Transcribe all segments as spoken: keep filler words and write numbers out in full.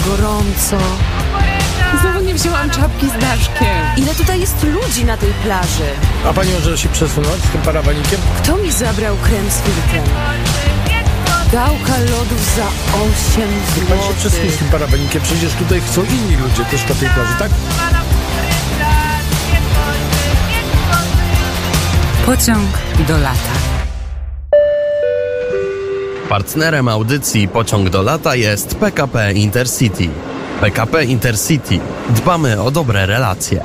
gorąco. Znowu nie wzięłam czapki z daszkiem. Ile tutaj jest ludzi na tej plaży? A pani może się przesunąć z tym parawanikiem? Kto mi zabrał krem z filtrem? Gałka lodów za osiem Niech pani się przesunie z złotych. tym parawanikiem. Przecież tutaj chcą inni ludzie też na tej plaży, tak? Pociąg do lata. Partnerem audycji Pociąg do lata jest P K P Intercity. P K P Intercity. Dbamy o dobre relacje.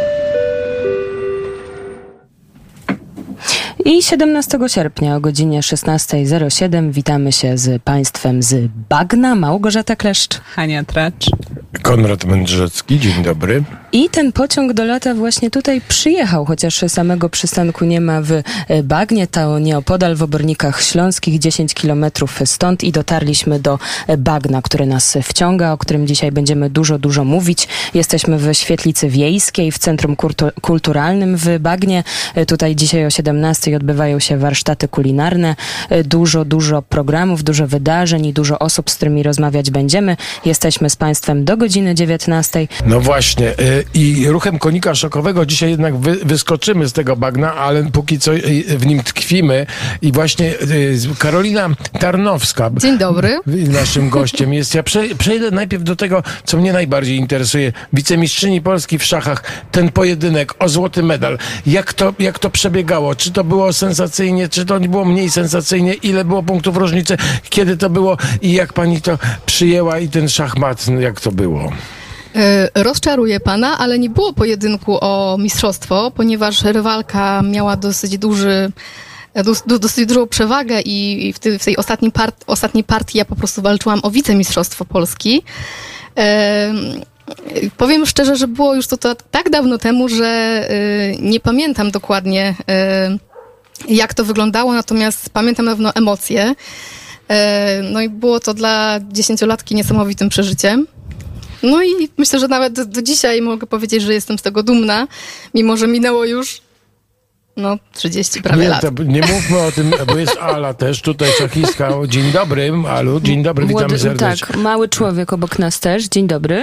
I siedemnastego sierpnia o godzinie szesnasta zero siedem witamy się z Państwem z bagna. Małgorzata Kleszcz. Hania Tracz. Konrad Mędrzecki, dzień dobry. I ten pociąg do lata właśnie tutaj przyjechał, chociaż samego przystanku nie ma w bagnie, to nieopodal w Obornikach Śląskich, dziesięć kilometrów stąd i dotarliśmy do bagna, który nas wciąga, o którym dzisiaj będziemy dużo, dużo mówić. Jesteśmy w Świetlicy Wiejskiej, w Centrum Kultu- Kulturalnym w Bagnie. Tutaj dzisiaj o siedemnastej odbywają się warsztaty kulinarne. Dużo, dużo programów, dużo wydarzeń i dużo osób, z którymi rozmawiać będziemy. Jesteśmy z Państwem do godziny dziewiętnastej. No właśnie. y, I ruchem konika szokowego dzisiaj jednak wy, wyskoczymy z tego bagna, ale póki co y, w nim tkwimy. I właśnie y, Karolina Tarnowska. Dzień dobry. Naszym gościem jest. Ja prze, przejdę najpierw do tego, co mnie najbardziej interesuje. Wicemistrzyni Polski w szachach. Ten pojedynek o złoty medal. Jak to, jak to przebiegało? Czy to było sensacyjnie, czy to było mniej sensacyjnie? Ile było punktów różnicy? Kiedy to było? I jak pani to przyjęła? I ten szachmat, jak to było? E, rozczaruję pana, ale nie było pojedynku o mistrzostwo, ponieważ rywalka miała dosyć duży, dos, dosyć dużą przewagę i, i w, ty, w tej ostatniej, part, ostatniej partii ja po prostu walczyłam o wicemistrzostwo Polski. E, powiem szczerze, że było już to, to tak dawno temu, że e, nie pamiętam dokładnie e, jak to wyglądało, natomiast pamiętam na pewno emocje. E, no i było to dla dziesięciolatki niesamowitym przeżyciem. No i myślę, że nawet do dzisiaj mogę powiedzieć, że jestem z tego dumna, mimo że minęło już no trzydzieści prawie Nie, lat. to nie mówmy o tym, bo jest Ala też, tutaj szachistka. Dzień dobry, Alu, dzień dobry, witamy Młody, serdecznie. tak, mały człowiek obok nas też. Dzień dobry.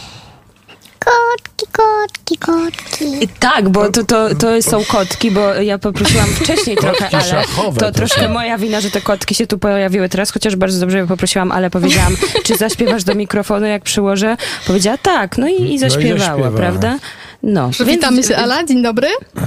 Kotki, kotki, kotki. I tak, bo to, to, to są kotki, bo ja poprosiłam wcześniej trochę, Kotki ale szachowe to to troszkę są. moja wina, że te kotki się tu pojawiły teraz, chociaż bardzo dobrze poprosiłam, ale powiedziałam, czy zaśpiewasz do mikrofonu, jak przyłożę? Powiedziała tak, no i, i zaśpiewała, zaśpiewała. prawda? No. Witamy się, Ala, dzień dobry.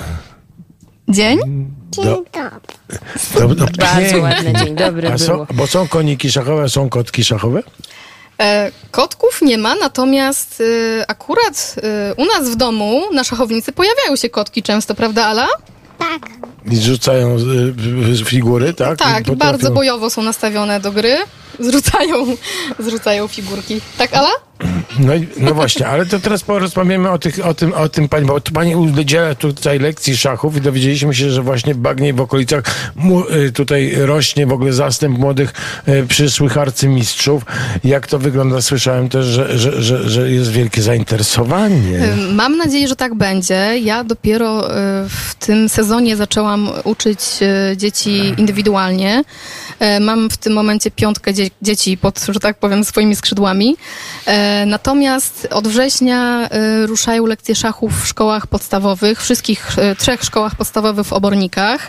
Dzień. Dzień dobry. To, to Bardzo pięknie. ładne, dzień dobry A było. są, bo są koniki szachowe, są kotki szachowe? E, kotków nie ma, natomiast e, akurat e, u nas w domu na szachownicy pojawiają się kotki często, prawda, Ala? Tak. I rzucają y, y, figury, tak? Tak, I potrafią- bardzo bojowo są nastawione do gry. Zrzucają, zrzucają figurki. Tak, Ala? No, i- no właśnie, ale to teraz porozmawiamy o, tych, o, tym, o tym pani, bo tu pani udziela tutaj lekcji szachów i dowiedzieliśmy się, że właśnie w Bagnie i w okolicach mu, y, tutaj rośnie w ogóle zastęp młodych y, przyszłych arcymistrzów. Jak to wygląda? Słyszałem też, że, że, że, że jest wielkie zainteresowanie. Ym, Mam nadzieję, że tak będzie. Ja dopiero y, w tym sezonie zaczęłam uczyć y, dzieci indywidualnie. Y, Mam w tym momencie piątkę dzie- dzieci pod, że tak powiem, swoimi skrzydłami. Y, Natomiast od września y, ruszają lekcje szachów w szkołach podstawowych, wszystkich y, trzech szkołach podstawowych w Obornikach.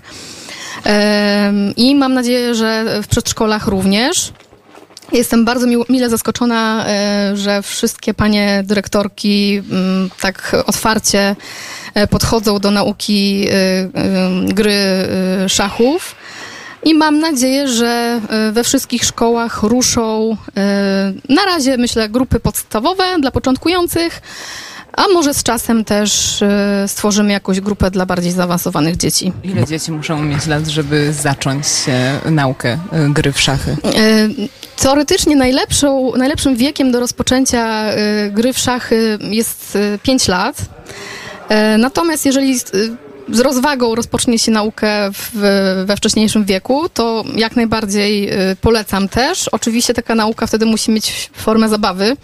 Ym, I mam nadzieję, że w przedszkolach również. Jestem bardzo miło, mile zaskoczona, e, że wszystkie panie dyrektorki m, tak otwarcie e, podchodzą do nauki e, e, gry e, szachów. I mam nadzieję, że e, we wszystkich szkołach ruszą e, na razie, myślę, grupy podstawowe dla początkujących, a może z czasem też e, stworzymy jakąś grupę dla bardziej zaawansowanych dzieci. Ile dzieci muszą mieć lat, żeby zacząć e, naukę e, gry w szachy? E, Teoretycznie najlepszą, najlepszym wiekiem do rozpoczęcia y, gry w szachy jest y, pięć lat. E, natomiast jeżeli z, y, z rozwagą rozpocznie się naukę w, we wcześniejszym wieku, to jak najbardziej y, polecam też. Oczywiście taka nauka wtedy musi mieć formę zabawy.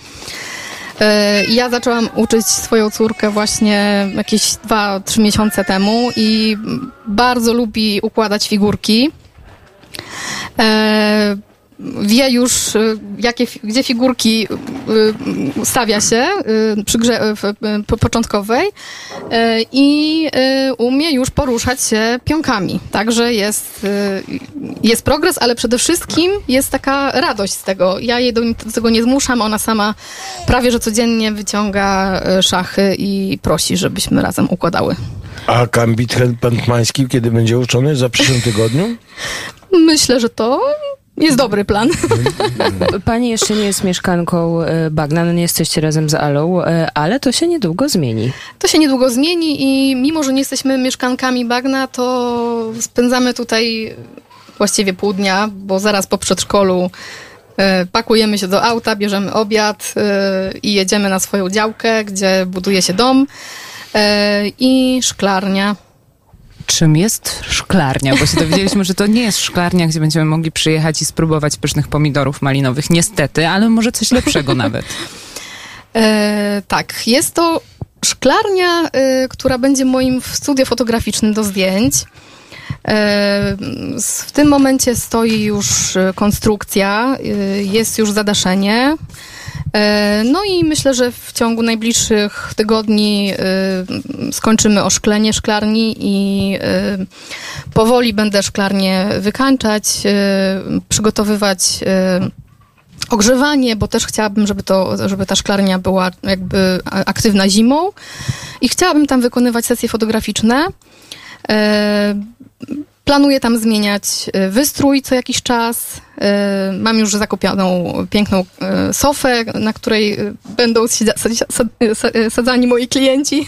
E, ja zaczęłam uczyć swoją córkę właśnie jakieś dwa trzy miesiące temu i bardzo lubi układać figurki. E, wie już, y, jakie, fi- gdzie figurki y, stawia się y, przy grze y, w- y, po- początkowej y, i y, umie już poruszać się pionkami. Także jest, y, jest progres, ale przede wszystkim jest taka radość z tego. Ja jej do, do tego nie zmuszam, ona sama prawie że codziennie wyciąga y, szachy i prosi, żebyśmy razem układały. A gambit hetmański kiedy będzie uczony? Za przyszłym tygodniu? Myślę, że to jest dobry plan. Pani jeszcze nie jest mieszkanką e, Bagna, no nie jesteście razem z Alą, e, ale to się niedługo zmieni. To się niedługo zmieni i mimo, że nie jesteśmy mieszkankami Bagna, to spędzamy tutaj właściwie pół dnia, bo zaraz po przedszkolu e, pakujemy się do auta, bierzemy obiad e, i jedziemy na swoją działkę, gdzie buduje się dom e, i szklarnia. Czym jest szklarnia? Bo się dowiedzieliśmy, że to nie jest szklarnia, gdzie będziemy mogli przyjechać i spróbować pysznych pomidorów malinowych. Niestety, ale może coś lepszego nawet. E, tak, jest to szklarnia, e, która będzie moim studio fotograficznym do zdjęć. E, s- w tym momencie stoi już e, konstrukcja, e, jest już zadaszenie. E, no i myślę, że w ciągu najbliższych tygodni e, skończymy oszklenie szklarni i e, powoli będę szklarnię wykańczać, e, przygotowywać e, ogrzewanie, bo też chciałabym, żeby, to, żeby ta szklarnia była jakby aktywna zimą i chciałabym tam wykonywać sesje fotograficzne. E, Planuję tam zmieniać e, wystrój co jakiś czas. E, Mam już zakupioną piękną e, sofę, na której e, będą siedza- sadzi- sad- sa- sadzani moi klienci.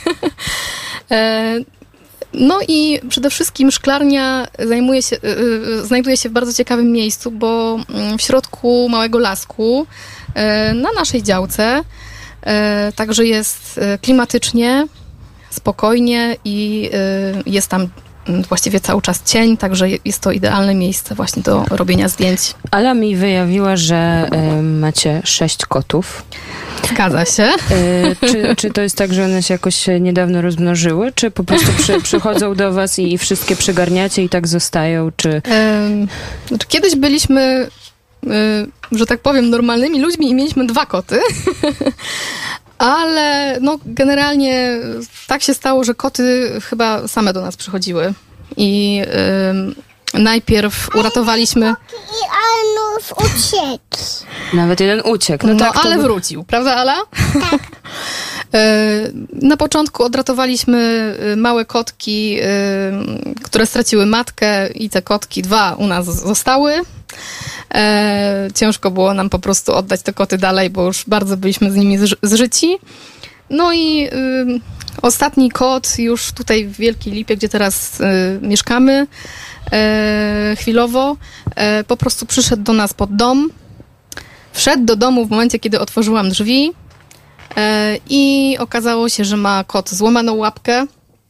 E, No i przede wszystkim szklarnia zajmuje się, y, y, znajduje się w bardzo ciekawym miejscu, bo mm, w środku małego lasku y, na naszej działce, y, także jest y, klimatycznie, spokojnie i y, jest tam mm, właściwie cały czas cień, także je- jest to idealne miejsce właśnie do robienia zdjęć. Ala mi wyjawiła, że e, macie sześć kotów. Zgadza się. E, czy, czy to jest tak, że one się jakoś niedawno rozmnożyły, czy po prostu przy, przychodzą do was i wszystkie przygarniacie i tak zostają, czy... Em, Znaczy, kiedyś byliśmy, y, że tak powiem, normalnymi ludźmi i mieliśmy dwa koty. Ale no, generalnie tak się stało, że koty chyba same do nas przychodziły. I ym, najpierw uratowaliśmy. I Anus uciekł. Nawet jeden uciekł. No, No, tak, to ale by- wrócił, prawda, Ala? Tak. Na początku odratowaliśmy y, małe kotki, y, które straciły matkę i te kotki, dwa u nas zostały. E, ciężko było nam po prostu oddać te koty dalej, bo już bardzo byliśmy z nimi zży- zżyci. No i y, ostatni kot już tutaj w Wielkiej Lipie, gdzie teraz y, mieszkamy e, chwilowo, e, po prostu przyszedł do nas pod dom. Wszedł do domu w momencie, kiedy otworzyłam drzwi e, i okazało się, że ma kot złamaną łapkę.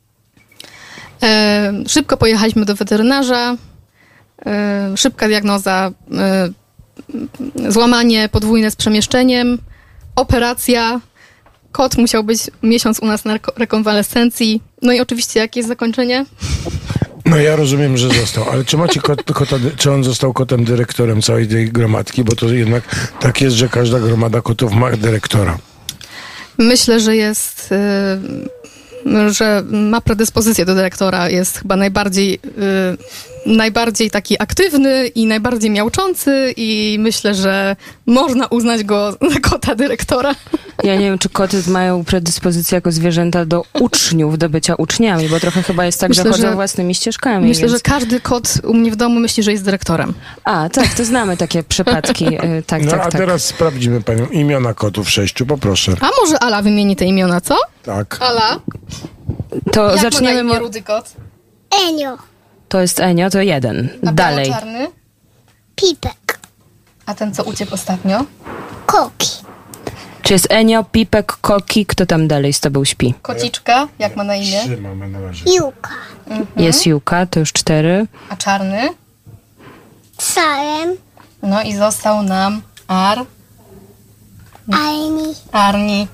E, szybko pojechaliśmy do weterynarza. E, szybka diagnoza, e, złamanie podwójne z przemieszczeniem, operacja. Kot musiał być miesiąc u nas na reko- rekonwalescencji. No i oczywiście, jakie jest zakończenie? No ja rozumiem, że został, ale czy macie kot, kota, czy on został kotem dyrektorem całej tej gromadki? Bo to jednak tak jest, że każda gromada kotów ma dyrektora. Myślę, że jest, y, że ma predyspozycję do dyrektora. Jest chyba najbardziej, y, najbardziej taki aktywny i najbardziej miauczący i myślę, że można uznać go za kota dyrektora. Ja nie wiem, czy koty mają predyspozycję jako zwierzęta do uczniów, do bycia uczniami, bo trochę chyba jest tak, Myślę, że chodzą że- własnymi ścieżkami. Myślę, więc... że każdy kot u mnie w domu myśli, że jest dyrektorem. A, tak, to znamy takie przypadki. e, Tak, No tak, a tak. teraz sprawdzimy panią imiona kotów sześciu, poproszę. A może Ala wymieni te imiona, co? Tak. Ala? To Jak zaczniemy... ma na imię mo- rudy kot? Enio. To jest Enio, to jeden. A Dalej. biało-czarny? Pipek. A ten, co uciekł ostatnio? Koki. Czy jest Enio, Pipek, Koki? Kto tam dalej z tobą śpi? Kociczka, jak ma na imię? Trzy mamy na razie. Juka. Jest Juka, to już cztery. A czarny? Salem. No i został nam Ar... Aini. Arni.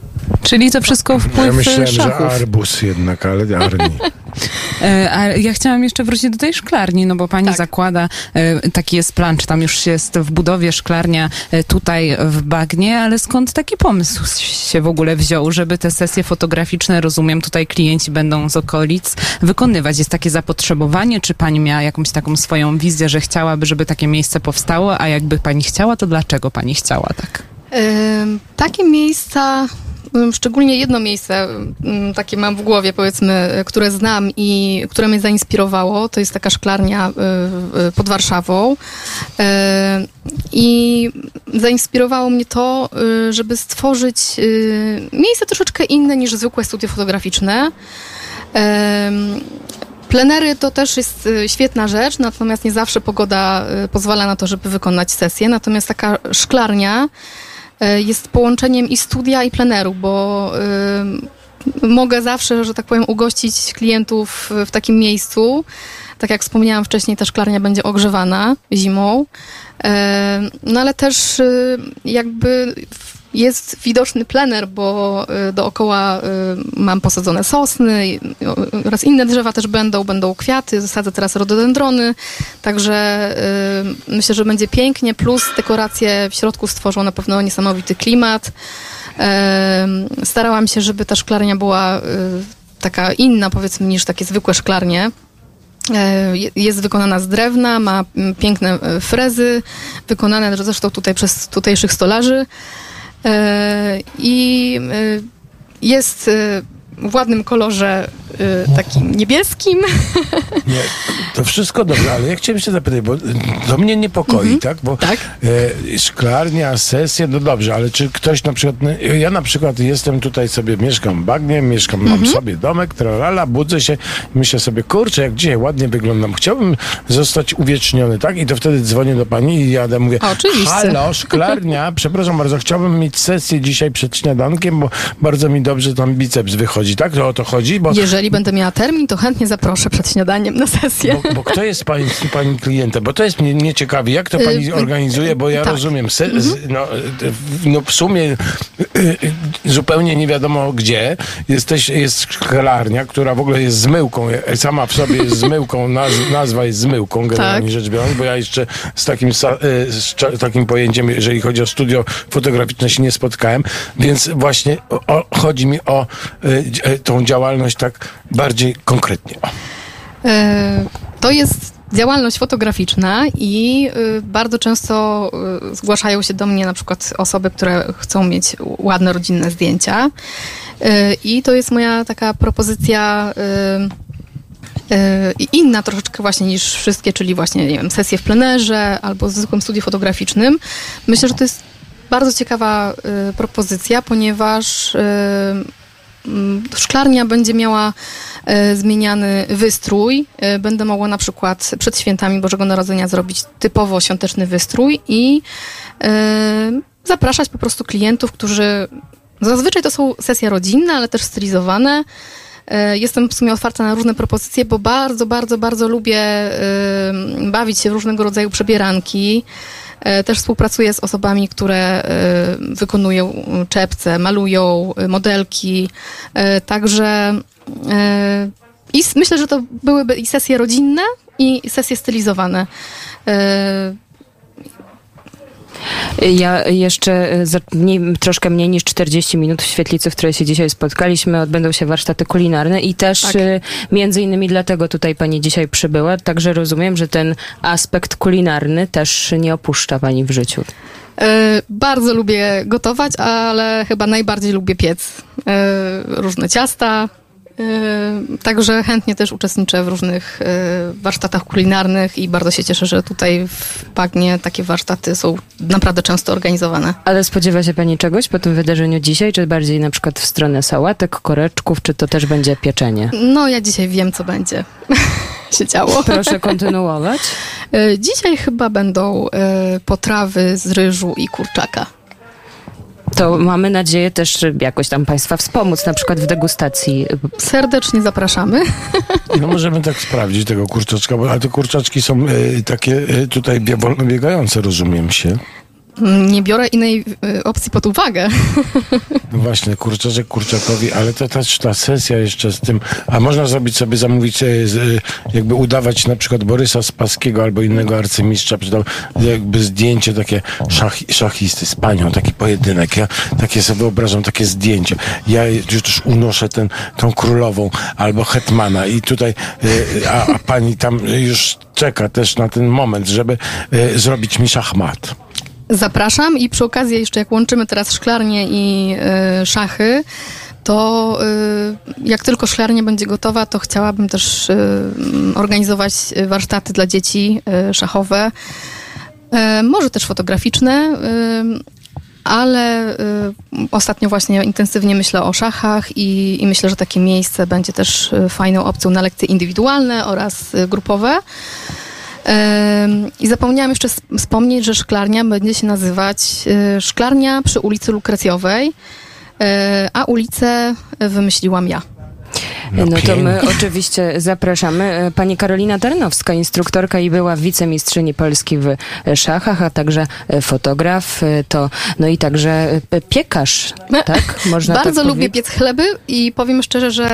Czyli to wszystko wpływ Ja myślałem, szachów. że arbus jednak, ale arni. E, A ja chciałam jeszcze wrócić do tej szklarni, no bo pani Tak. zakłada, e, taki jest plan, czy tam już jest w budowie szklarnia e, tutaj w Bagnie, ale skąd taki pomysł się w ogóle wziął, żeby te sesje fotograficzne, rozumiem, tutaj klienci będą z okolic wykonywać? Jest takie zapotrzebowanie, czy pani miała jakąś taką swoją wizję, że chciałaby, żeby takie miejsce powstało, a jakby pani chciała, to dlaczego pani chciała tak? Ym, takie miejsca, ym, szczególnie jedno miejsce, ym, takie mam w głowie, powiedzmy, y, które znam i które mnie zainspirowało, to jest taka szklarnia y, y, pod Warszawą. Y, I zainspirowało mnie to, y, żeby stworzyć y, miejsce troszeczkę inne niż zwykłe studio fotograficzne. Ym, Plenery to też jest y, świetna rzecz, natomiast nie zawsze pogoda y, pozwala na to, żeby wykonać sesję. Natomiast taka szklarnia y, jest połączeniem i studia, i pleneru, bo y, mogę zawsze, że tak powiem, ugościć klientów w takim miejscu. Tak jak wspomniałam wcześniej, ta szklarnia będzie ogrzewana zimą. Y, no ale też y, jakby jest widoczny plener, bo y, dookoła y, mam posadzone sosny i, y, oraz inne drzewa też będą, będą kwiaty, zasadzę teraz rododendrony, także y, myślę, że będzie pięknie, plus dekoracje w środku stworzą na pewno niesamowity klimat. Y, starałam się, żeby ta szklarnia była y, taka inna, powiedzmy, niż takie zwykłe szklarnie. Jest wykonana z drewna, ma piękne frezy, wykonane zresztą tutaj przez tutejszych stolarzy. I jest w ładnym kolorze takim niebieskim. Nie, to wszystko dobrze, ale ja chciałem się zapytać, bo to mnie niepokoi, Mhm. tak? Bo Tak. e, szklarnia, sesje, no dobrze, ale czy ktoś na przykład, no, ja na przykład jestem tutaj sobie, mieszkam w Bagnie, mieszkam, mam Mhm. sobie domek, tralala, budzę się i myślę sobie, kurczę, jak dzisiaj ładnie wyglądam, chciałbym zostać uwieczniony, tak? I to wtedy dzwonię do pani i jadę, mówię, Oczywiście. halo, szklarnia, przepraszam bardzo, chciałbym mieć sesję dzisiaj przed śniadankiem, bo bardzo mi dobrze tam biceps wychodzi, tak? To o to chodzi, bo... Jeżeli będę miała termin, to chętnie zaproszę przed śniadaniem na sesję. Bo, bo kto jest pani, pani klientem? Bo to jest mnie, mnie ciekawi, jak to pani Y, organizuje, bo ja tak. rozumiem, se, z, no, y, no w sumie y, y, zupełnie nie wiadomo gdzie. Jesteś, jest szklarnia, która w ogóle jest zmyłką, sama w sobie jest zmyłką, naz, nazwa jest zmyłką generalnie Tak. rzecz biorąc, bo ja jeszcze z takim, sa- y, z cza- takim pojęciem, jeżeli chodzi o studio fotograficzne, się nie spotkałem, więc właśnie o, o, chodzi mi o y, y, tą działalność tak bardziej konkretnie. O. E, To jest działalność fotograficzna i y, bardzo często y, zgłaszają się do mnie na przykład osoby, które chcą mieć ładne rodzinne zdjęcia. Y, I to jest moja taka propozycja y, y, inna troszeczkę właśnie niż wszystkie, czyli właśnie, nie wiem, sesje w plenerze albo w zwykłym studiu fotograficznym. Myślę, że to jest bardzo ciekawa y, propozycja, ponieważ y, szklarnia będzie miała e, zmieniany wystrój. E, będę mogła na przykład przed świętami Bożego Narodzenia zrobić typowo świąteczny wystrój i e, zapraszać po prostu klientów, którzy zazwyczaj to są sesje rodzinne, ale też stylizowane. E, jestem w sumie otwarta na różne propozycje, bo bardzo, bardzo, bardzo lubię e, bawić się w różnego rodzaju przebieranki. Też współpracuję z osobami, które wykonują czepce, malują modelki, także i myślę, że to byłyby i sesje rodzinne, i sesje stylizowane. Ja jeszcze za mniej, troszkę mniej niż czterdzieści minut w świetlicy, w której się dzisiaj spotkaliśmy, odbędą się warsztaty kulinarne i też Tak. y, między innymi dlatego tutaj pani dzisiaj przybyła, także rozumiem, że ten aspekt kulinarny też nie opuszcza pani w życiu. E, Bardzo lubię gotować, ale chyba najbardziej lubię piec. E, Różne ciasta. E, Także chętnie też uczestniczę w różnych e, warsztatach kulinarnych i bardzo się cieszę, że tutaj w Bagnie takie warsztaty są naprawdę często organizowane. Ale spodziewa się pani czegoś po tym wydarzeniu dzisiaj, czy bardziej na przykład w stronę sałatek, koreczków, czy to też będzie pieczenie? No, ja dzisiaj wiem, co będzie się działo. Proszę kontynuować. E, Dzisiaj chyba będą e, potrawy z ryżu i kurczaka. To mamy nadzieję też jakoś tam państwa wspomóc, na przykład w degustacji. Serdecznie zapraszamy. No możemy tak sprawdzić tego kurczaczka, bo ale te kurczaczki są e, takie e, tutaj bie- wolno biegające, rozumiem się. Nie biorę innej y, opcji pod uwagę. No właśnie, kurczaczek kurczakowi, ale to też ta sesja jeszcze z tym, a można zrobić sobie, zamówić, e, z, e, jakby udawać na przykład Borysa Spaskiego albo innego arcymistrza, czy tam jakby zdjęcie takie szach, szachisty z panią, taki pojedynek. Ja takie sobie wyobrażam, takie zdjęcie. Ja już też unoszę ten, tą królową albo hetmana i tutaj, e, a, a pani tam już czeka też na ten moment, żeby e, zrobić mi szachmat. Zapraszam i przy okazji jeszcze jak łączymy teraz szklarnię i y, szachy, to y, jak tylko szklarnia będzie gotowa, to chciałabym też y, organizować warsztaty dla dzieci y, szachowe, y, może też fotograficzne, y, ale y, ostatnio właśnie intensywnie myślę o szachach i, i myślę, że takie miejsce będzie też y, fajną opcją na lekcje indywidualne oraz y, grupowe. I zapomniałam jeszcze wspomnieć, że szklarnia będzie się nazywać Szklarnia przy ulicy Lukrecjowej, a ulicę wymyśliłam ja. No, no to my oczywiście zapraszamy. Pani Karolina Tarnowska, instruktorka i była wicemistrzyni Polski w szachach, a także fotograf, to no i także piekarz, tak? Można Bardzo tak lubię powiedzieć? piec chleby i powiem szczerze, że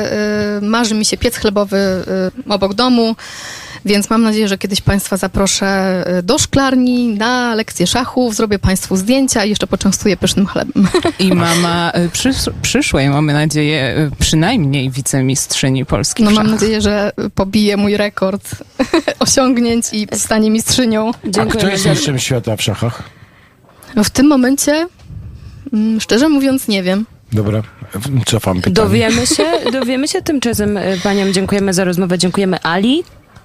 marzy mi się piec chlebowy obok domu. Więc mam nadzieję, że kiedyś Państwa zaproszę do szklarni na lekcję szachów, zrobię Państwu zdjęcia i jeszcze poczęstuję pysznym chlebem. I mama przysz- przyszłej, mamy nadzieję, przynajmniej wicemistrzyni Polski w No mam szachach. nadzieję, że pobije mój rekord osiągnięć i stanie mistrzynią. A kto jest mistrzem świata w szachach? No w tym momencie, mm, szczerze mówiąc, nie wiem. Dobra, cofam pytanie. Dowiemy się, dowiemy się tymczasem. Paniom dziękujemy za rozmowę, dziękujemy Ali.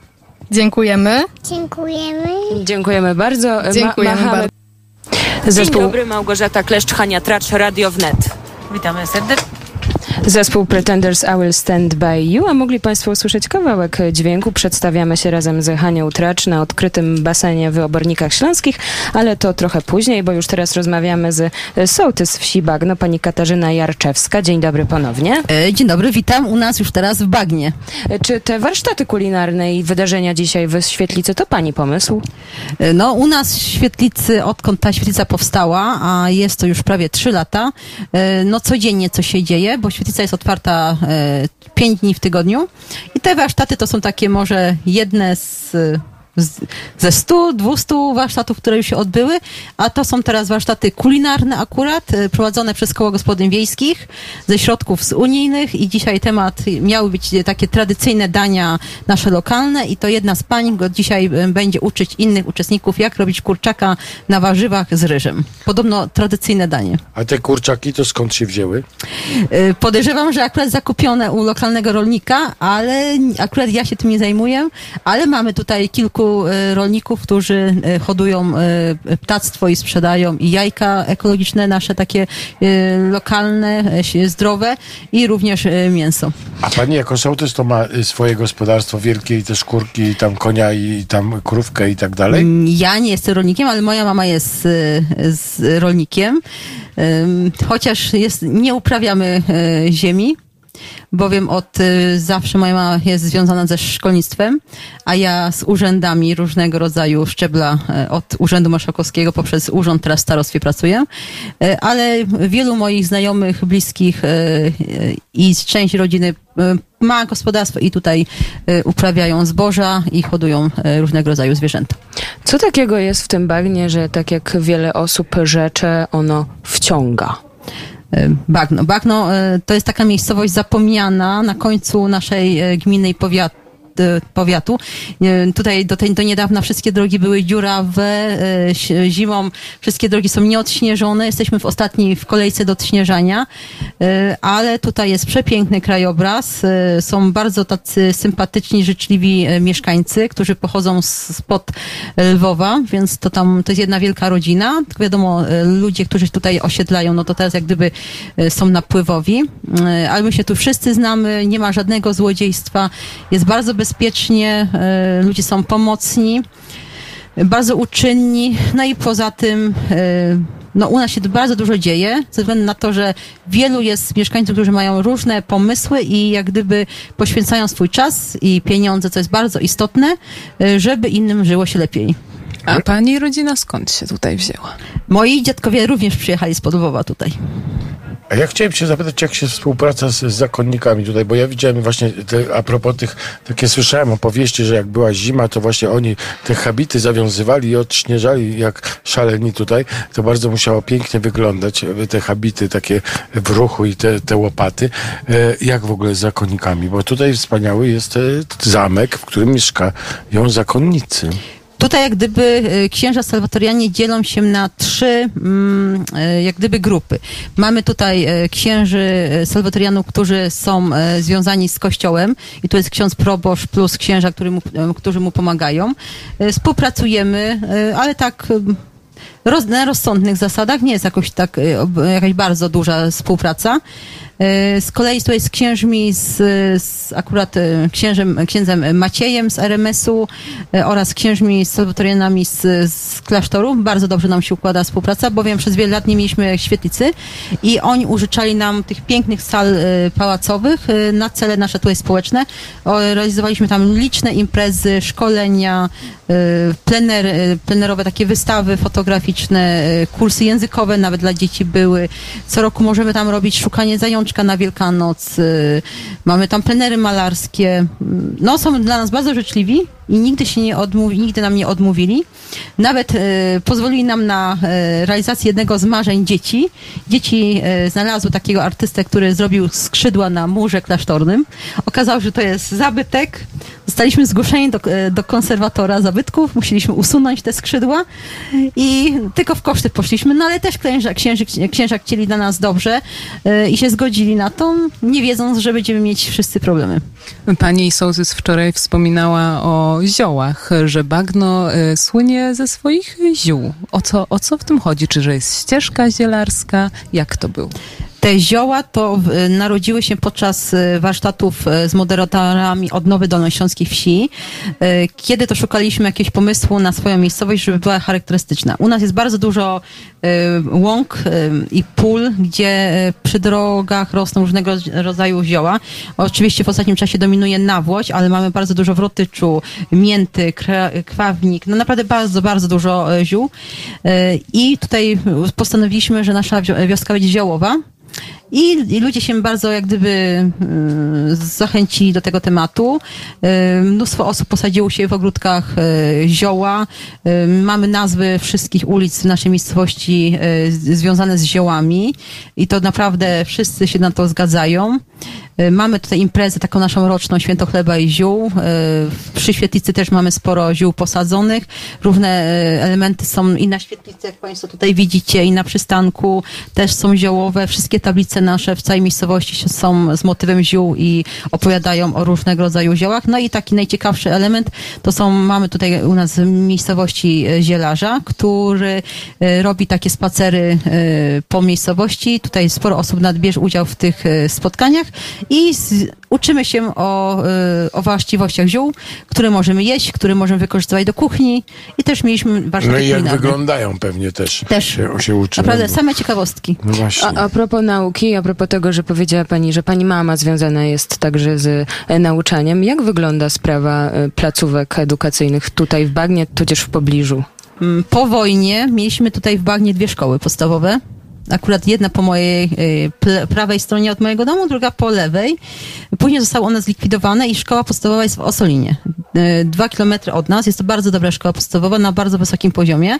Dziękujemy. Dziękujemy. Dziękujemy bardzo. Dziękujemy machamy. bardzo. Zespół, Dzień dobry, Małgorzata Kleszcz, Hania Tracz, Radio Wnet. Witamy serdecznie. Zespół Pretenders, I Will Stand By You, a mogli Państwo usłyszeć kawałek dźwięku. Przedstawiamy się razem z Hanią Tracz na odkrytym basenie w Obornikach Śląskich, ale to trochę później, bo już teraz rozmawiamy z sołtys wsi Bagno, pani Katarzyna Jarczewska. Dzień dobry ponownie. E, Dzień dobry, witam u nas już teraz w Bagnie. Czy te warsztaty kulinarne i wydarzenia dzisiaj w Świetlicy to pani pomysł? E, No, u nas w Świetlicy, odkąd ta świetlica powstała, a jest to już prawie trzy lata, e, no codziennie coś się dzieje, bo świetlica jest otwarta e, pięć dni w tygodniu i te warsztaty to są takie może jedne z... Z, ze stu, dwustu warsztatów, które już się odbyły, a to są teraz warsztaty kulinarne akurat, e, prowadzone przez Koło Gospodyń Wiejskich ze środków z unijnych i dzisiaj temat miały być takie tradycyjne dania nasze lokalne i to jedna z pań go dzisiaj e, będzie uczyć innych uczestników, jak robić kurczaka na warzywach z ryżem. Podobno tradycyjne danie. A te kurczaki to skąd się wzięły? E, Podejrzewam, że akurat zakupione u lokalnego rolnika, ale akurat ja się tym nie zajmuję, ale mamy tutaj kilku e, rolników, którzy e, hodują e, ptactwo i sprzedają i jajka ekologiczne, nasze takie e, lokalne, e, zdrowe i również e, mięso. A pani jako sołtys to ma y, swoje gospodarstwo wielkie i te szkórki, i tam konia, i tam krówkę i tak dalej? Mm, Ja nie jestem rolnikiem, ale moja mama jest e, z rolnikiem, Ym, chociaż jest, nie uprawiamy e, ziemi, bowiem od y, zawsze moja mama jest związana ze szkolnictwem, a ja z urzędami różnego rodzaju szczebla, y, od Urzędu Marszałkowskiego poprzez urząd teraz w starostwie pracuję, y, ale wielu moich znajomych, bliskich y, y, i część rodziny y, ma gospodarstwo i tutaj y, uprawiają zboża i hodują y, różnego rodzaju zwierzęta. Co takiego jest w tym bagnie, że tak jak wiele osób rzecze, ono wciąga? Bagno. Bagno e, to jest taka miejscowość zapomniana na końcu naszej e, gminy i powiatu. powiatu. E, Tutaj do, tej, do niedawna wszystkie drogi były dziurawe, e, ś- zimą wszystkie drogi są nieodśnieżone, jesteśmy w ostatniej w kolejce do odśnieżania, e, ale tutaj jest przepiękny krajobraz, e, są bardzo tacy sympatyczni, życzliwi e, mieszkańcy, którzy pochodzą z- spod Lwowa, więc to tam, to jest jedna wielka rodzina, tylko wiadomo, e, ludzie, którzy tutaj osiedlają, no to teraz jak gdyby e, są napływowi, e, ale my się tu wszyscy znamy, nie ma żadnego złodziejstwa, jest bardzo bezpiecznie, e, ludzie są pomocni, e, bardzo uczynni, no i poza tym e, no u nas się bardzo dużo dzieje, ze względu na to, że wielu jest mieszkańców, którzy mają różne pomysły i jak gdyby poświęcają swój czas i pieniądze, co jest bardzo istotne, e, żeby innym żyło się lepiej. A pani rodzina skąd się tutaj wzięła? Moi dziadkowie również przyjechali spod Lwowa tutaj. A ja chciałem się zapytać, jak się współpraca z, z zakonnikami tutaj, bo ja widziałem właśnie, te, a propos tych, takie słyszałem opowieści, że jak była zima, to właśnie oni te habity zawiązywali i odśnieżali jak szaleni tutaj. To bardzo musiało pięknie wyglądać, te habity takie w ruchu i te, te łopaty. E, jak w ogóle z zakonnikami? Bo tutaj wspaniały jest e, zamek, w którym mieszkają zakonnicy. Tutaj jak gdyby księża salwatorianie dzielą się na trzy mm, jak gdyby grupy. Mamy tutaj księży salwatorianów, którzy są związani z kościołem i tu jest ksiądz proboszcz plus księża, który mu, którzy mu pomagają. Współpracujemy, ale tak roz, na rozsądnych zasadach, nie jest jakoś tak jakaś bardzo duża współpraca. Z kolei tutaj z księżmi, z, z akurat księżem, księdzem Maciejem z R M S-u oraz księżmi salwatorianami z, z klasztoru. Bardzo dobrze nam się układa współpraca, bowiem przez wiele lat nie mieliśmy świetlicy i oni użyczali nam tych pięknych sal pałacowych na cele nasze tutaj społeczne. Realizowaliśmy tam liczne imprezy, szkolenia, plener, plenerowe takie wystawy fotograficzne, kursy językowe nawet dla dzieci były. Co roku możemy tam robić szukanie zajączka na Wielkanoc. Mamy tam plenery malarskie. No, są dla nas bardzo życzliwi i nigdy się nie odmówi, nigdy nam nie odmówili. Nawet e, pozwolili nam na e, realizację jednego z marzeń dzieci. Dzieci e, znalazły takiego artystę, który zrobił skrzydła na murze klasztornym. Okazało się, że to jest zabytek. Zostaliśmy zgłoszeni do, e, do konserwatora zabytków. Musieliśmy usunąć te skrzydła i tylko w koszty poszliśmy. No ale też księża, księży, księża chcieli dla nas dobrze e, i się zgodzili na to, nie wiedząc, że będziemy mieć wszyscy problemy. Pani Sołtys wczoraj wspominała o ziołach, że bagno y, słynie ze swoich ziół. O co, o co w tym chodzi? Czy że jest ścieżka zielarska? Jak to było? Te zioła to y, narodziły się podczas y, warsztatów y, z moderatorami Odnowy Dolnośląskiej Wsi, y, kiedy to szukaliśmy jakiegoś pomysłu na swoją miejscowość, żeby była charakterystyczna. U nas jest bardzo dużo y, łąk y, i pól, gdzie y, przy drogach rosną różnego rodzaju zioła. Oczywiście w ostatnim czasie dominuje nawłoć, ale mamy bardzo dużo wrotyczu, mięty, kra- kwawnik, no naprawdę bardzo, bardzo dużo y, ziół. Y, I tutaj postanowiliśmy, że nasza wio- wioska będzie ziołowa. I, I ludzie się bardzo jak gdyby y, zachęcili do tego tematu. Y, mnóstwo osób posadziło się w ogródkach y, zioła. Y, mamy nazwy wszystkich ulic w naszej miejscowości y, z, związane z ziołami i to naprawdę wszyscy się na to zgadzają. Y, mamy tutaj imprezę taką naszą roczną, Święto Chleba i Ziół. Y, przy świetlicy też mamy sporo ziół posadzonych. Różne y, elementy są i na świetlicy, jak Państwo tutaj widzicie, i na przystanku też są ziołowe. Wszystkie tablice nasze w całej miejscowości są z motywem ziół i opowiadają o różnego rodzaju ziołach. No i taki najciekawszy element to są, mamy tutaj u nas w miejscowości zielarza, który robi takie spacery po miejscowości. Tutaj sporo osób bierze udział w tych spotkaniach i z, uczymy się o, o właściwościach ziół, które możemy jeść, które możemy wykorzystywać do kuchni i też mieliśmy warsztaty No i jak kulinarne. wyglądają pewnie też, Też. się, się uczymy. Naprawdę same ciekawostki. No właśnie. A, a propos nauki, a propos tego, że powiedziała Pani, że Pani mama związana jest także z e, nauczaniem, jak wygląda sprawa e, placówek edukacyjnych tutaj w Bagnie, tudzież w pobliżu? Mm, Po wojnie mieliśmy tutaj w Bagnie dwie szkoły podstawowe. Akurat jedna po mojej y, ple- prawej stronie od mojego domu, druga po lewej. Później zostały one zlikwidowane i szkoła podstawowa jest w Osolinie. Y, Dwa kilometry od nas. Jest to bardzo dobra szkoła podstawowa na bardzo wysokim poziomie.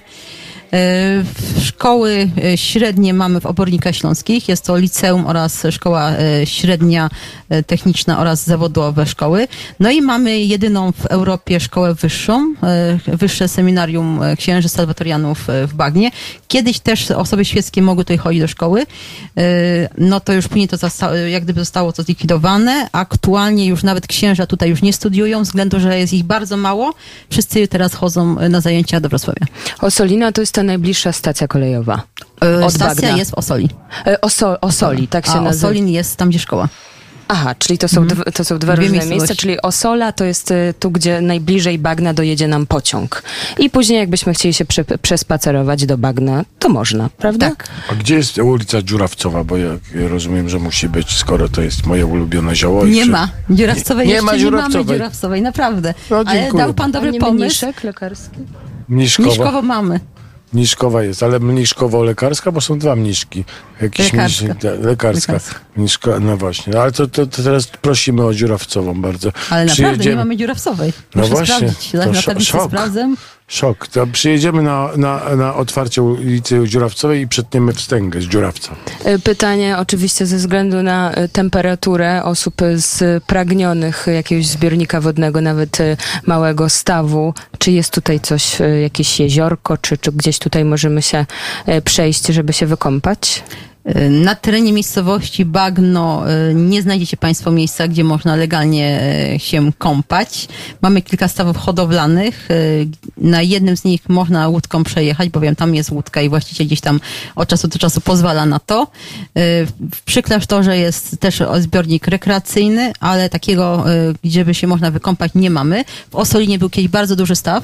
Y, Szkoły y, średnie mamy w Obornikach Śląskich. Jest to liceum oraz szkoła y, średnia y, techniczna oraz zawodowe szkoły. No i mamy jedyną w Europie szkołę wyższą, y, wyższe seminarium y, księży salwatorianów y, w Bagnie. Kiedyś też osoby świeckie mogły tutaj chodzić do szkoły. Y, No to już później to zosta- jak gdyby zostało to zlikwidowane. Aktualnie już nawet księża tutaj już nie studiują, ze względu, że jest ich bardzo mało. Wszyscy teraz chodzą na zajęcia do Wrocławia. Osolina to jest ta najbliższa stacja kolejowa. Y, Od Stacja Bagna. jest w Osoli. E, Oso, Osoli, tak się A nazywa. Osolin jest tam, gdzie szkoła. Aha, czyli to są, dw- to są dwa Dwie różne miejscowości. miejsca, czyli Osola to jest y, tu, gdzie najbliżej Bagna dojedzie nam pociąg. I później jakbyśmy chcieli się prze, przespacerować do Bagna, to można, prawda? Tak. A gdzie jest ulica Dziurawcowa? Bo ja rozumiem, że musi być, skoro to jest moje ulubione zioło. i Nie że- ma. Dziurawcowej Nie jeszcze ma nie Dziurawcowej. mamy Dziurawcowej, naprawdę. No, Ale dziękuję. dał pan dobry nie pomysł. mniszek lekarski? Mniszkowa. Mniszkowo mamy. Mniszkowa jest, ale mniszkowo-lekarska, bo są dwa mniszki. Jakiś Lekarska. Mnisz, ta, lekarska. Lekarska. Mniszka, no właśnie. No, ale to, to, to teraz prosimy o dziurawcową bardzo. Ale naprawdę Przyjedziemy- nie mamy dziurawcowej. No Muszę właśnie, sprawdzić. to Na szo- tablicy szok. sprawdzę. Szok. To przyjedziemy na, na, na otwarcie ulicy Dziurawcowej i przetniemy wstęgę z dziurawca. E, Pytanie oczywiście ze względu na e, temperaturę osób spragnionych jakiegoś zbiornika wodnego, nawet e, małego stawu. Czy jest tutaj coś, e, jakieś jeziorko, czy, czy gdzieś tutaj możemy się e, przejść, żeby się wykąpać? Na terenie miejscowości Bagno y, nie znajdziecie Państwo miejsca, gdzie można legalnie y, się kąpać. Mamy kilka stawów hodowlanych. Y, Na jednym z nich można łódką przejechać, bowiem tam jest łódka i właściciel gdzieś tam od czasu do czasu pozwala na to. Y, Przy klasztorze jest też zbiornik rekreacyjny, ale takiego, y, gdzie by się można wykąpać, nie mamy. W Osolinie był kiedyś bardzo duży staw.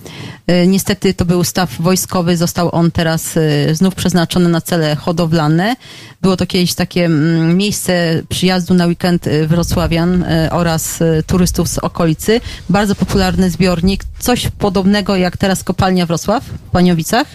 Y, Niestety to był staw wojskowy, został on teraz y, znów przeznaczony na cele hodowlane. Było to kiedyś takie mm, miejsce przyjazdu na weekend y, wrocławian y, oraz y, turystów z okolicy. Bardzo popularny zbiornik, coś podobnego jak teraz kopalnia Wrocław w Paniowicach.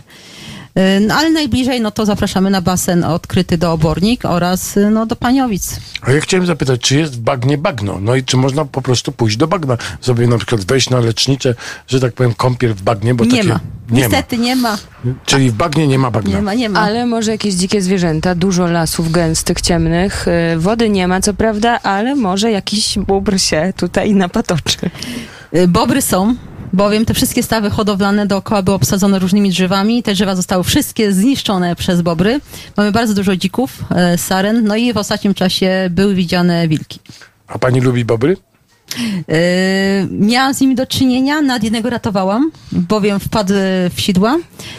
Y, No, ale najbliżej no to zapraszamy na basen odkryty do Obornik oraz y, no, do Paniowic. A ja chciałem zapytać, czy jest w bagnie bagno? No i czy można po prostu pójść do bagna? Sobie na przykład wejść na lecznicze, że tak powiem, kąpiel w bagnie, bo Nie takie... ma. Nie Niestety nie ma. ma. Czyli w bagnie nie ma bagna. Nie ma, nie ma. Ale może jakieś dzikie zwierzęta, dużo lasów gęstych, ciemnych. e, Wody nie ma, co prawda, ale może jakiś bóbr się tutaj napatoczy. Y, Bobry są, bowiem te wszystkie stawy hodowlane dookoła były obsadzone różnymi drzewami. Te drzewa zostały wszystkie zniszczone przez bobry. Mamy bardzo dużo dzików, e, saren, no i w ostatnim czasie były widziane wilki. A pani lubi bobry? Yy, miałam z nimi do czynienia, nawet jednego ratowałam, bowiem wpadł w sidła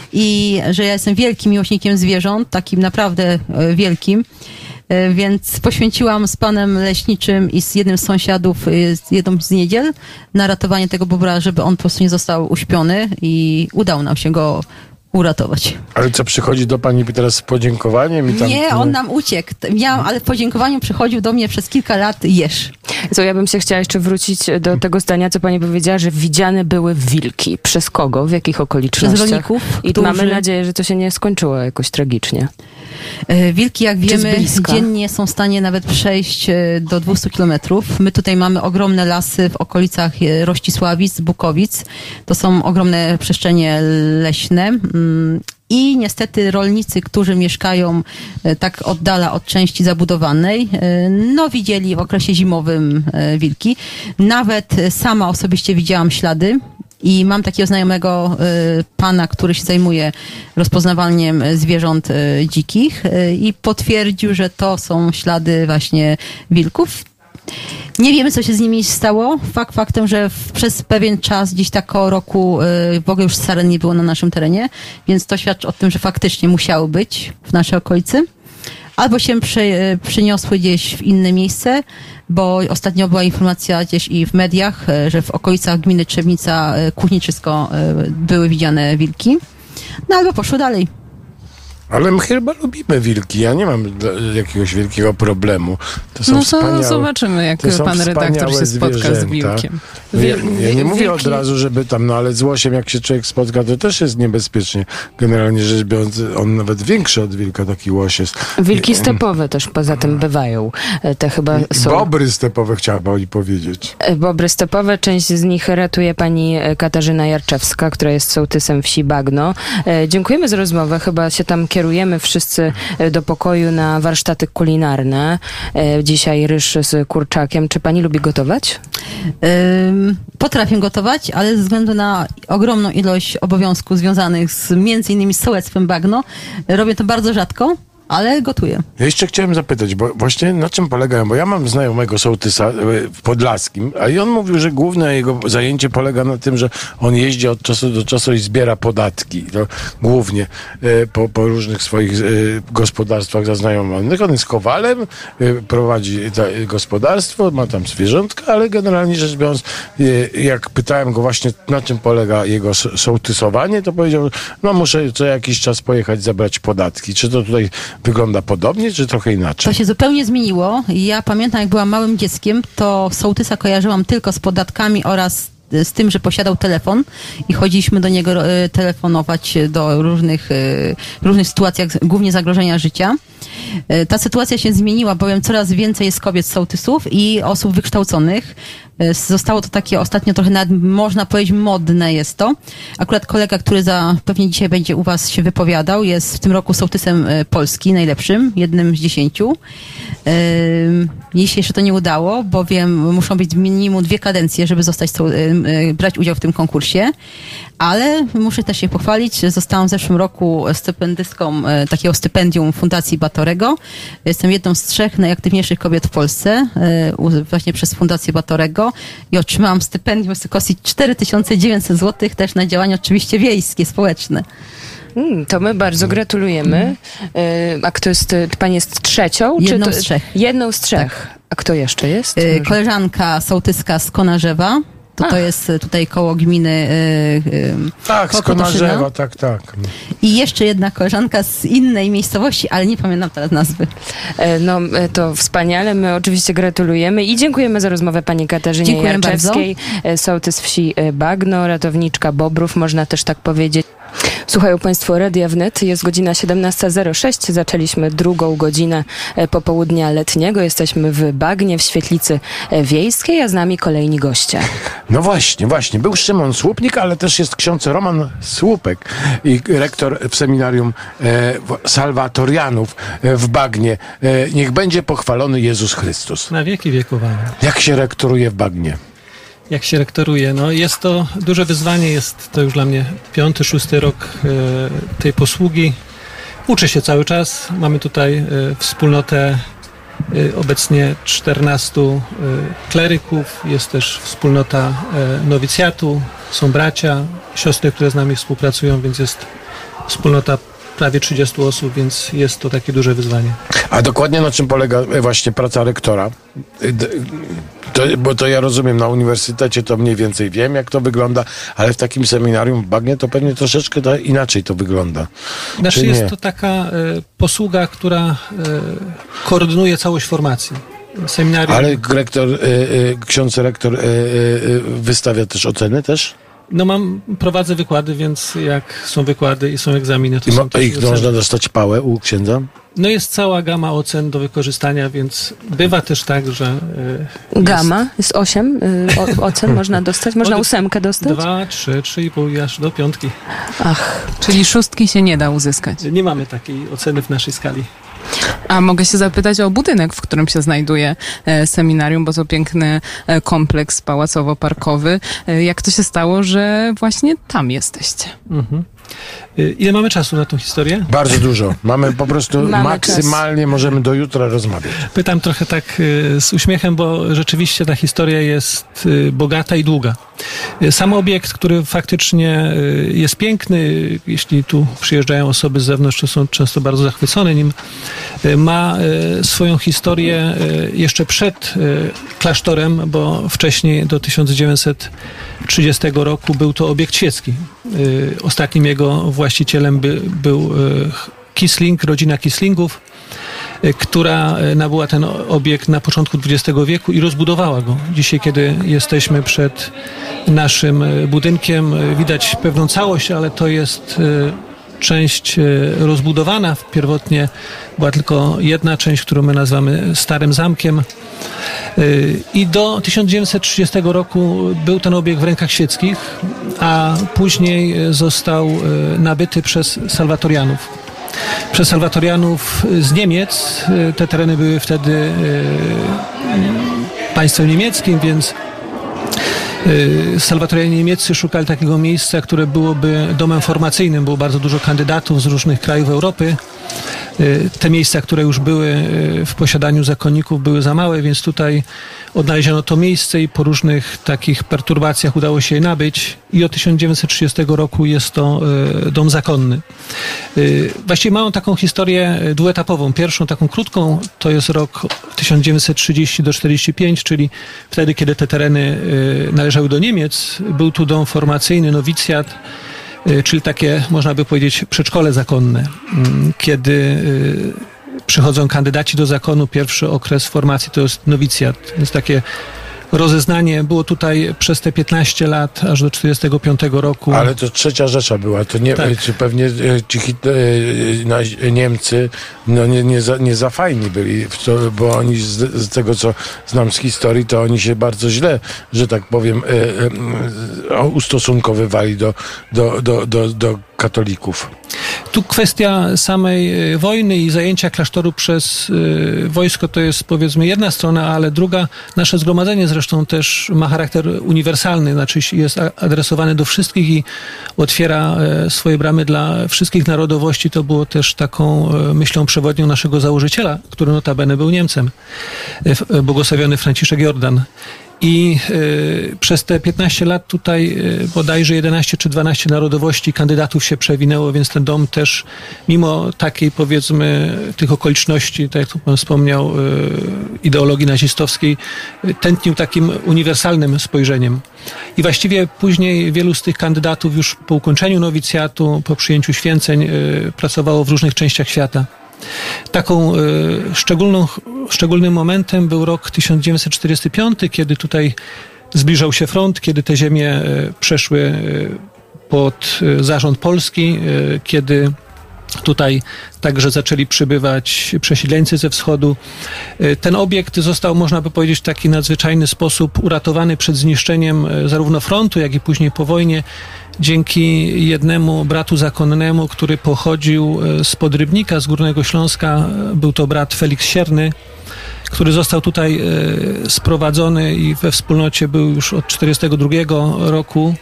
i że ja jestem wielkim miłośnikiem zwierząt, takim naprawdę e, wielkim, e, więc poświęciłam z panem leśniczym i z jednym z sąsiadów e, z jedną z niedziel na ratowanie tego bobra, żeby on po prostu nie został uśpiony i udało nam się go uratować. Ale co, przychodzi do pani teraz z podziękowaniem? I tam, Nie, on nam uciekł. Miałam, ale w podziękowaniu przychodził do mnie przez kilka lat Jerz. Co, ja bym się chciała jeszcze wrócić do tego zdania, co pani powiedziała, że widziane były wilki. Przez kogo? W jakich okolicznościach? Przez rolników, I którzy- mamy nadzieję, że to się nie skończyło jakoś tragicznie. E, Wilki, jak Czy z wiemy, bliska? dziennie są w stanie nawet przejść e, do dwieście kilometrów. My tutaj mamy ogromne lasy w okolicach e, Rościsławic, Bukowic. To są ogromne przestrzenie leśne. Mm, I niestety rolnicy, którzy mieszkają e, tak od dala od części zabudowanej, e, no widzieli w okresie zimowym e, wilki. Nawet e, sama osobiście widziałam ślady. I mam takiego znajomego y, pana, który się zajmuje rozpoznawaniem y, zwierząt y, dzikich y, i potwierdził, że to są ślady właśnie wilków. Nie wiemy, co się z nimi stało. Fakt faktem, że w, przez pewien czas, gdzieś tak koło roku, y, w ogóle już saren nie było na naszym terenie, więc to świadczy o tym, że faktycznie musiały być w naszej okolicy. Albo się prze, przeniosły gdzieś w inne miejsce, bo ostatnio była informacja gdzieś i w mediach, że w okolicach gminy Trzebnica, Kuchniczysko były widziane wilki. No albo poszły dalej. Ale my chyba lubimy wilki. Ja nie mam dla- jakiegoś wielkiego problemu. To są No wspaniałe... to zobaczymy, jak to są pan redaktor się wspaniałe spotka z zwierzęta. wilkiem. No Ja, Wil- ja nie mówię od wilki- razu, żeby tam, no ale z łosiem jak się człowiek spotka, to też jest niebezpiecznie. Generalnie rzecz biorąc, on nawet większy od wilka, taki łoś jest. Wilki stepowe też poza tym bywają. E, Te chyba są... Bobry stepowe chciała pani powiedzieć. E, Bobry stepowe, część z nich ratuje pani e, Katarzyna Jarczewska, która jest sołtysem wsi Bagno. E, Dziękujemy za rozmowę. Chyba się tam kierujemy wszyscy e, do pokoju na warsztaty kulinarne. E, Dzisiaj ryż z kurczakiem. Czy pani lubi gotować? Ym, Potrafię gotować, ale ze względu na ogromną ilość obowiązków związanych z między innymi z sołectwem Bagno, robię to bardzo rzadko, ale gotuję. Ja jeszcze chciałem zapytać, bo właśnie na czym polegają, bo ja mam znajomego sołtysa e, w Podlaskim, a i on mówił, że główne jego zajęcie polega na tym, że on jeździ od czasu do czasu i zbiera podatki. To głównie e, po, po różnych swoich e, gospodarstwach zaznajomionych. On jest kowalem, e, prowadzi ta, e, gospodarstwo, ma tam zwierzątka, ale generalnie rzecz biorąc, e, jak pytałem go właśnie, na czym polega jego s- sołtysowanie, to powiedział, no muszę co jakiś czas pojechać zabrać podatki. Czy to tutaj wygląda podobnie, czy trochę inaczej? To się zupełnie zmieniło. Ja pamiętam, jak byłam małym dzieckiem, to sołtysa kojarzyłam tylko z podatkami oraz z tym, że posiadał telefon i chodziliśmy do niego e, telefonować do różnych, e, różnych sytuacjach, głównie zagrożenia życia. E, ta sytuacja się zmieniła, bowiem coraz więcej jest kobiet sołtysów i osób wykształconych. E, zostało to takie ostatnio trochę nawet, można powiedzieć, modne jest to. Akurat kolega, który za, pewnie dzisiaj będzie u was się wypowiadał, jest w tym roku sołtysem e, Polski, najlepszym, jednym z dziesięciu. E, jej się jeszcze to nie udało, bowiem muszą być minimum dwie kadencje, żeby zostać, brać udział w tym konkursie, ale muszę też się pochwalić, zostałam w zeszłym roku stypendystką takiego stypendium Fundacji Batorego. Jestem jedną z trzech najaktywniejszych kobiet w Polsce, właśnie przez Fundację Batorego i otrzymałam stypendium w wysokości cztery tysiące dziewięćset złotych też na działania oczywiście wiejskie, społeczne. Mm, to my bardzo gratulujemy. Mm. A kto jest, pani jest trzecią? Jedną czy to, z trzech. Jedną z trzech. Tak. A kto jeszcze jest? Y, koleżanka sołtyska z Konarzewa. To, to jest tutaj koło gminy y, y, Tak, z Konarzewa, tak, tak. I jeszcze jedna koleżanka z innej miejscowości, ale nie pamiętam teraz nazwy. No to wspaniale, my oczywiście gratulujemy i dziękujemy za rozmowę pani Katarzynie Dziękuję Jarczewskiej, bardzo. sołtys wsi Bagno, ratowniczka Bobrów, można też tak powiedzieć. Słuchają Państwo Radia Wnet, jest godzina siedemnasta zero sześć, zaczęliśmy drugą godzinę popołudnia letniego, jesteśmy w Bagnie, w Świetlicy Wiejskiej, a z nami kolejni goście. No właśnie, właśnie, był Szymon Słupnik, ale też jest ksiądz Roman Słupek i rektor w seminarium e, Salwatorianów w Bagnie. E, niech będzie pochwalony Jezus Chrystus. Na wieki wieków. Jak się rektoruje w Bagnie? Jak się rektoruje? No jest to duże wyzwanie, jest to już dla mnie piąty, szósty rok e, tej posługi. Uczę się cały czas. Mamy tutaj e, wspólnotę e, obecnie czternastu e, kleryków. Jest też wspólnota e, nowicjatu. Są bracia, siostry, które z nami współpracują, więc jest wspólnota prawie trzydziestu osób, więc jest to takie duże wyzwanie. A dokładnie na czym polega właśnie praca rektora? To, bo to ja rozumiem, na uniwersytecie to mniej więcej wiem, jak to wygląda, ale w takim seminarium w Bagnie to pewnie troszeczkę to inaczej to wygląda. Znaczy jest to taka e, posługa, która e, koordynuje całość formacji. Seminarium... Ale rektor, e, e, ksiądz rektor e, e, wystawia też oceny też? No mam, prowadzę wykłady, więc jak są wykłady i są egzaminy, to I są ma, też ich oceny. można dostać pałę u księdza? No jest cała gama ocen do wykorzystania, więc bywa też tak, że... Yy, gama? Jest, jest osiem yy, ocen można dostać? Można Od ósemkę dostać? Dwa, trzy, trzy i pół i aż do piątki. Ach. Czyli szóstki się nie da uzyskać. Nie mamy takiej oceny w naszej skali. A mogę się zapytać o budynek, w którym się znajduje e, seminarium, bo to piękny e, kompleks pałacowo-parkowy. E, jak to się stało, że właśnie tam jesteście? Mhm. Ile mamy czasu na tą historię? Bardzo dużo. Mamy po prostu Mamy maksymalnie, czas. Możemy do jutra rozmawiać. Pytam trochę tak y, z uśmiechem, bo rzeczywiście ta historia jest y, bogata i długa. Y, sam obiekt, który faktycznie y, jest piękny, jeśli tu przyjeżdżają osoby z zewnątrz, to są często bardzo zachwycone nim, y, ma y, swoją historię y, jeszcze przed y, klasztorem, bo wcześniej do tysiąc dziewięćset trzydziestego roku był to obiekt świecki. Y, ostatnim jego właścicielem by, był y, Kisling, rodzina Kislingów, y, która nabyła ten obiekt na początku dwudziestego wieku i rozbudowała go. Dzisiaj, kiedy jesteśmy przed naszym budynkiem, widać pewną całość, ale to jest y, część y, rozbudowana. Pierwotnie była tylko jedna część, którą my nazywamy Starym Zamkiem. I do tysiąc dziewięćset trzydziestego roku był ten obiekt w rękach świeckich, a później został nabyty przez Salwatorianów. Przez Salwatorianów z Niemiec. Te tereny były wtedy państwem niemieckim, więc Salwatorianie niemieccy szukali takiego miejsca, które byłoby domem formacyjnym. Było bardzo dużo kandydatów z różnych krajów Europy. Te miejsca, które już były w posiadaniu zakonników, były za małe, więc tutaj odnaleziono to miejsce i po różnych takich perturbacjach udało się je nabyć i od tysiąc dziewięćset trzydziestego roku jest to dom zakonny. Właściwie mamy taką historię dwuetapową. Pierwszą taką krótką to jest rok tysiąc dziewięćset trzydziesty do czterdziestego piątego, czyli wtedy, kiedy te tereny należały do Niemiec. Był tu dom formacyjny, nowicjat, czyli takie, można by powiedzieć, przedszkole zakonne. Kiedy przychodzą kandydaci do zakonu, pierwszy okres formacji to jest nowicjat, więc takie rozeznanie było tutaj przez te piętnaście lat, aż do czterdziestego piątego roku. Ale to trzecia Rzesza była, to nie, Tak. czy pewnie e, ci Hit- e, na- Niemcy no nie, nie, za, nie za fajni byli, w to, bo oni z, z tego, co znam z historii, to oni się bardzo źle, że tak powiem, e, e, ustosunkowywali do, do, do, do, do katolików. Tu kwestia samej y, wojny i zajęcia klasztoru przez y, wojsko to jest powiedzmy jedna strona, ale druga, nasze zgromadzenie zresztą też ma charakter uniwersalny, znaczy jest a- adresowane do wszystkich i otwiera y, swoje bramy dla wszystkich narodowości. To było też taką y, myślą przewodnią naszego założyciela, który notabene był Niemcem, y, f- błogosławiony Franciszek Jordan. I y, przez te piętnaście lat tutaj y, bodajże jedenaście czy dwanaście narodowości kandydatów się przewinęło, więc ten dom też mimo takiej powiedzmy tych okoliczności, tak jak tu pan wspomniał, y, ideologii nazistowskiej, y, tętnił takim uniwersalnym spojrzeniem. I właściwie później wielu z tych kandydatów już po ukończeniu nowicjatu, po przyjęciu święceń y, pracowało w różnych częściach świata. Taką y, szczególną, szczególnym momentem był rok tysiąc dziewięćset czterdziesty piąty, kiedy tutaj zbliżał się front, kiedy te ziemie y, przeszły y, pod y, zarząd Polski, y, kiedy tutaj także zaczęli przybywać przesiedleńcy ze wschodu. Y, Ten obiekt został, można by powiedzieć, w taki nadzwyczajny sposób uratowany przed zniszczeniem y, zarówno frontu, jak i później po wojnie dzięki jednemu bratu zakonnemu, który pochodził y, z Podrybnika, z Górnego Śląska. Był to brat Felix Sierny, który został tutaj y, sprowadzony i we wspólnocie był już od czterdziestego drugiego roku,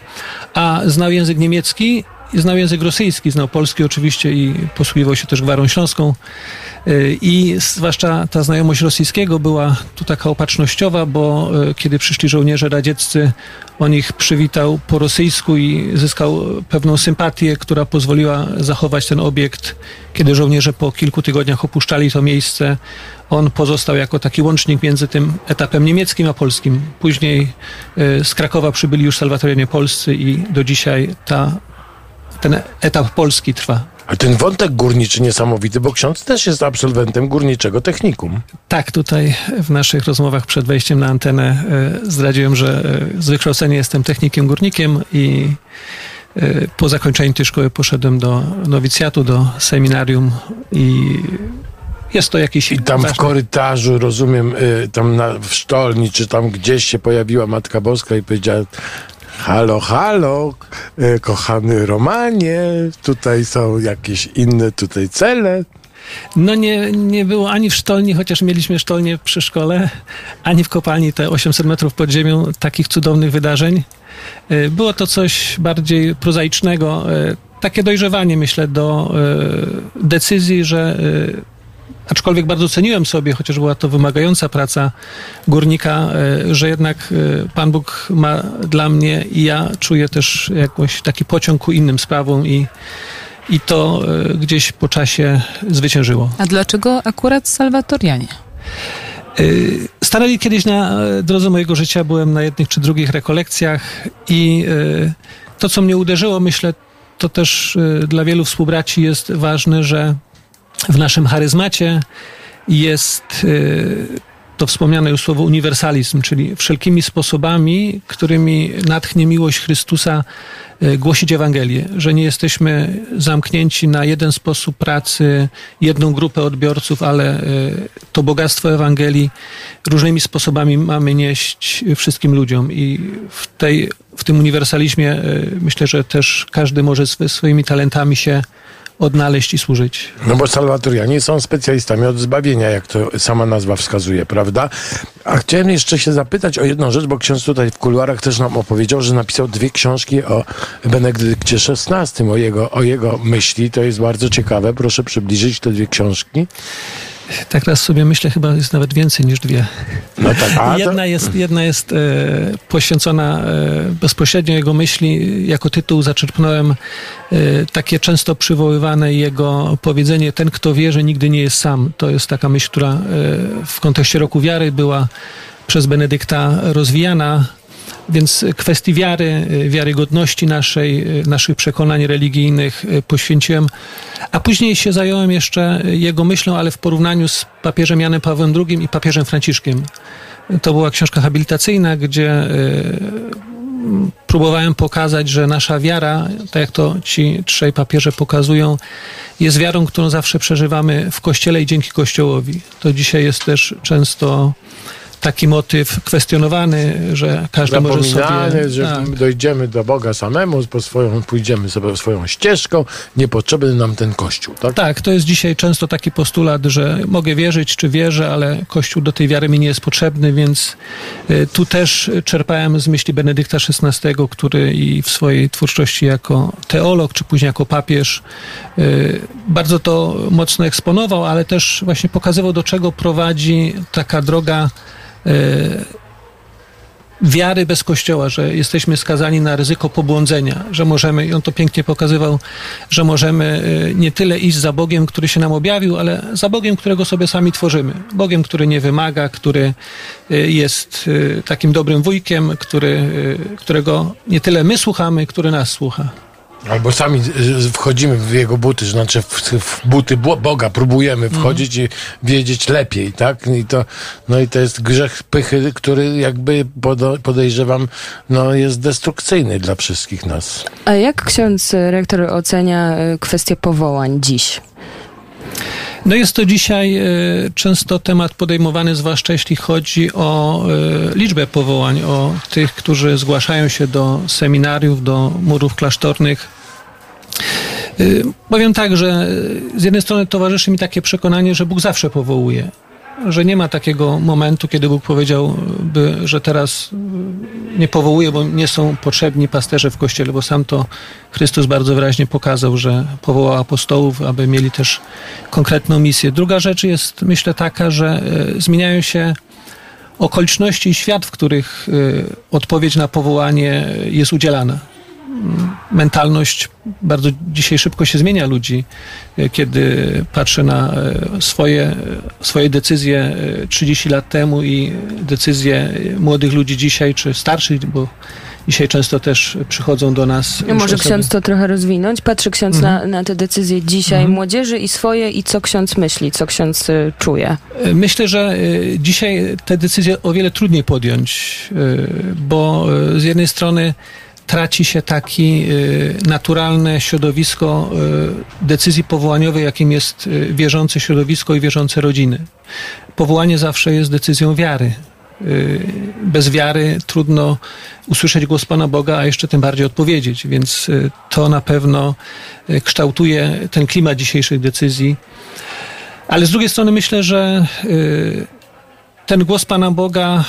a znał język niemiecki, znał język rosyjski, znał polski oczywiście i posługiwał się też gwarą śląską. Y, I zwłaszcza ta znajomość rosyjskiego była tu taka opatrznościowa, bo y, kiedy przyszli żołnierze radzieccy, on ich przywitał po rosyjsku i zyskał pewną sympatię, która pozwoliła zachować ten obiekt. Kiedy żołnierze po kilku tygodniach opuszczali to miejsce, on pozostał jako taki łącznik między tym etapem niemieckim a polskim. Później y, z Krakowa przybyli już salwatorianie polscy i do dzisiaj ta, ten etap polski trwa. A ten wątek górniczy niesamowity, bo ksiądz też jest absolwentem górniczego technikum. Tak, tutaj w naszych rozmowach przed wejściem na antenę e, zdradziłem, że e, z wykształcenia jestem technikiem górnikiem i e, po zakończeniu tej szkoły poszedłem do nowicjatu, do seminarium i jest to jakiś... I tam ważny... w korytarzu, rozumiem, y, tam na, w sztolni, czy tam gdzieś się pojawiła Matka Boska i powiedziała: halo, halo, y, kochany Romanie, tutaj są jakieś inne tutaj cele. No nie, nie było ani w sztolni, chociaż mieliśmy sztolnię przy szkole, ani w kopalni te osiemset metrów pod ziemią takich cudownych wydarzeń. Y, Było to coś bardziej prozaicznego, y, takie dojrzewanie, myślę, do y, decyzji, że y, aczkolwiek bardzo ceniłem sobie, chociaż była to wymagająca praca górnika, y, że jednak y, Pan Bóg ma dla mnie i ja czuję też jakoś taki pociąg ku innym sprawom i, i to y, gdzieś po czasie zwyciężyło. A dlaczego akurat salwatorianie? Y, Stanęli kiedyś na y, drodze mojego życia, byłem na jednych czy drugich rekolekcjach i y, to, co mnie uderzyło, myślę, to też y, dla wielu współbraci jest ważne, że w naszym charyzmacie jest y, to wspomniane już słowo uniwersalizm, czyli wszelkimi sposobami, którymi natchnie miłość Chrystusa, y, głosić Ewangelię, że nie jesteśmy zamknięci na jeden sposób pracy, jedną grupę odbiorców, ale y, to bogactwo Ewangelii różnymi sposobami mamy nieść wszystkim ludziom i w, tej, w tym uniwersalizmie y, myślę, że też każdy może swy, swoimi talentami się odnaleźć i służyć. No bo salwatorianie są specjalistami od zbawienia, jak to sama nazwa wskazuje, prawda? A chciałem jeszcze się zapytać o jedną rzecz, bo ksiądz tutaj w kuluarach też nam opowiedział, że napisał dwie książki o Benedykcie szesnastym, o jego, o jego myśli. To jest bardzo ciekawe. Proszę przybliżyć te dwie książki. Tak raz sobie myślę, chyba jest nawet więcej niż dwie. No tak, a jedna to... jest, jedna jest e, poświęcona e, bezpośrednio jego myśli. Jako tytuł zaczerpnąłem e, takie często przywoływane jego powiedzenie: ten, kto wierzy, nigdy nie jest sam. To jest taka myśl, która e, w kontekście roku wiary była przez Benedykta rozwijana. Więc kwestii wiary, wiarygodności naszej, naszych przekonań religijnych poświęciłem, a później się zająłem jeszcze jego myślą, ale w porównaniu z papieżem Janem Pawłem drugim i papieżem Franciszkiem. To była książka habilitacyjna, gdzie próbowałem pokazać, że nasza wiara, tak jak to ci trzej papieże pokazują, jest wiarą, którą zawsze przeżywamy w Kościele i dzięki Kościołowi. To dzisiaj jest też często taki motyw kwestionowany, że każdy może sobie... że tak. dojdziemy do Boga samemu, po swoją, pójdziemy sobie swoją ścieżką, niepotrzebny nam ten Kościół, tak? Tak, to jest dzisiaj często taki postulat, że mogę wierzyć, czy wierzę, ale Kościół do tej wiary mi nie jest potrzebny, więc tu też czerpałem z myśli Benedykta szesnastego, który i w swojej twórczości jako teolog, czy później jako papież bardzo to mocno eksponował, ale też właśnie pokazywał, do czego prowadzi taka droga wiary bez Kościoła, że jesteśmy skazani na ryzyko pobłądzenia, że możemy, i on to pięknie pokazywał, że możemy nie tyle iść za Bogiem, który się nam objawił, ale za Bogiem, którego sobie sami tworzymy. Bogiem, który nie wymaga, który jest takim dobrym wujkiem, który, którego nie tyle my słuchamy, który nas słucha. Albo sami wchodzimy w jego buty, znaczy w, w buty Boga próbujemy wchodzić mm. i wiedzieć lepiej, tak? I to, no i to jest grzech pychy, który jakby podejrzewam, no jest destrukcyjny dla wszystkich nas. A jak ksiądz rektor ocenia kwestię powołań dziś? No jest to dzisiaj y, często temat podejmowany, zwłaszcza jeśli chodzi o y, liczbę powołań, o tych, którzy zgłaszają się do seminariów, do murów klasztornych. Y, powiem tak, że z jednej strony towarzyszy mi takie przekonanie, że Bóg zawsze powołuje. Że nie ma takiego momentu, kiedy Bóg powiedziałby, że teraz nie powołuje, bo nie są potrzebni pasterze w Kościele, bo sam to Chrystus bardzo wyraźnie pokazał, że powołał apostołów, aby mieli też konkretną misję. Druga rzecz jest, myślę, taka, że zmieniają się okoliczności i świat, w których odpowiedź na powołanie jest udzielana. Mentalność bardzo dzisiaj szybko się zmienia ludzi, kiedy patrzę na swoje, swoje decyzje trzydzieści lat temu i decyzje młodych ludzi dzisiaj, czy starszych, bo dzisiaj często też przychodzą do nas. Może osoby... ksiądz to trochę rozwinąć? Patrzy ksiądz mhm. na, na te decyzje dzisiaj mhm. młodzieży i swoje, i co ksiądz myśli, co ksiądz y, czuje? Myślę, że y, dzisiaj te decyzje o wiele trudniej podjąć, y, bo y, z jednej strony traci się takie y, naturalne środowisko y, decyzji powołaniowej, jakim jest y, wierzące środowisko i wierzące rodziny. Powołanie zawsze jest decyzją wiary. Y, bez wiary trudno usłyszeć głos Pana Boga, a jeszcze tym bardziej odpowiedzieć, więc y, to na pewno y, kształtuje ten klimat dzisiejszych decyzji. Ale z drugiej strony myślę, że y, ten głos Pana Boga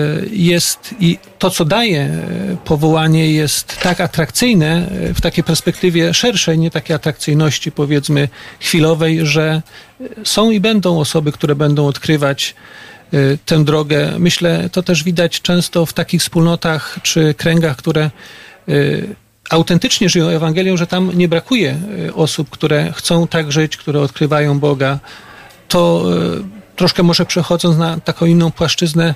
jest i to, co daje powołanie, jest tak atrakcyjne w takiej perspektywie szerszej, nie takiej atrakcyjności, powiedzmy, chwilowej, że są i będą osoby, które będą odkrywać tę drogę. Myślę, to też widać często w takich wspólnotach czy kręgach, które autentycznie żyją Ewangelią, że tam nie brakuje osób, które chcą tak żyć, które odkrywają Boga. To troszkę może przechodząc na taką inną płaszczyznę,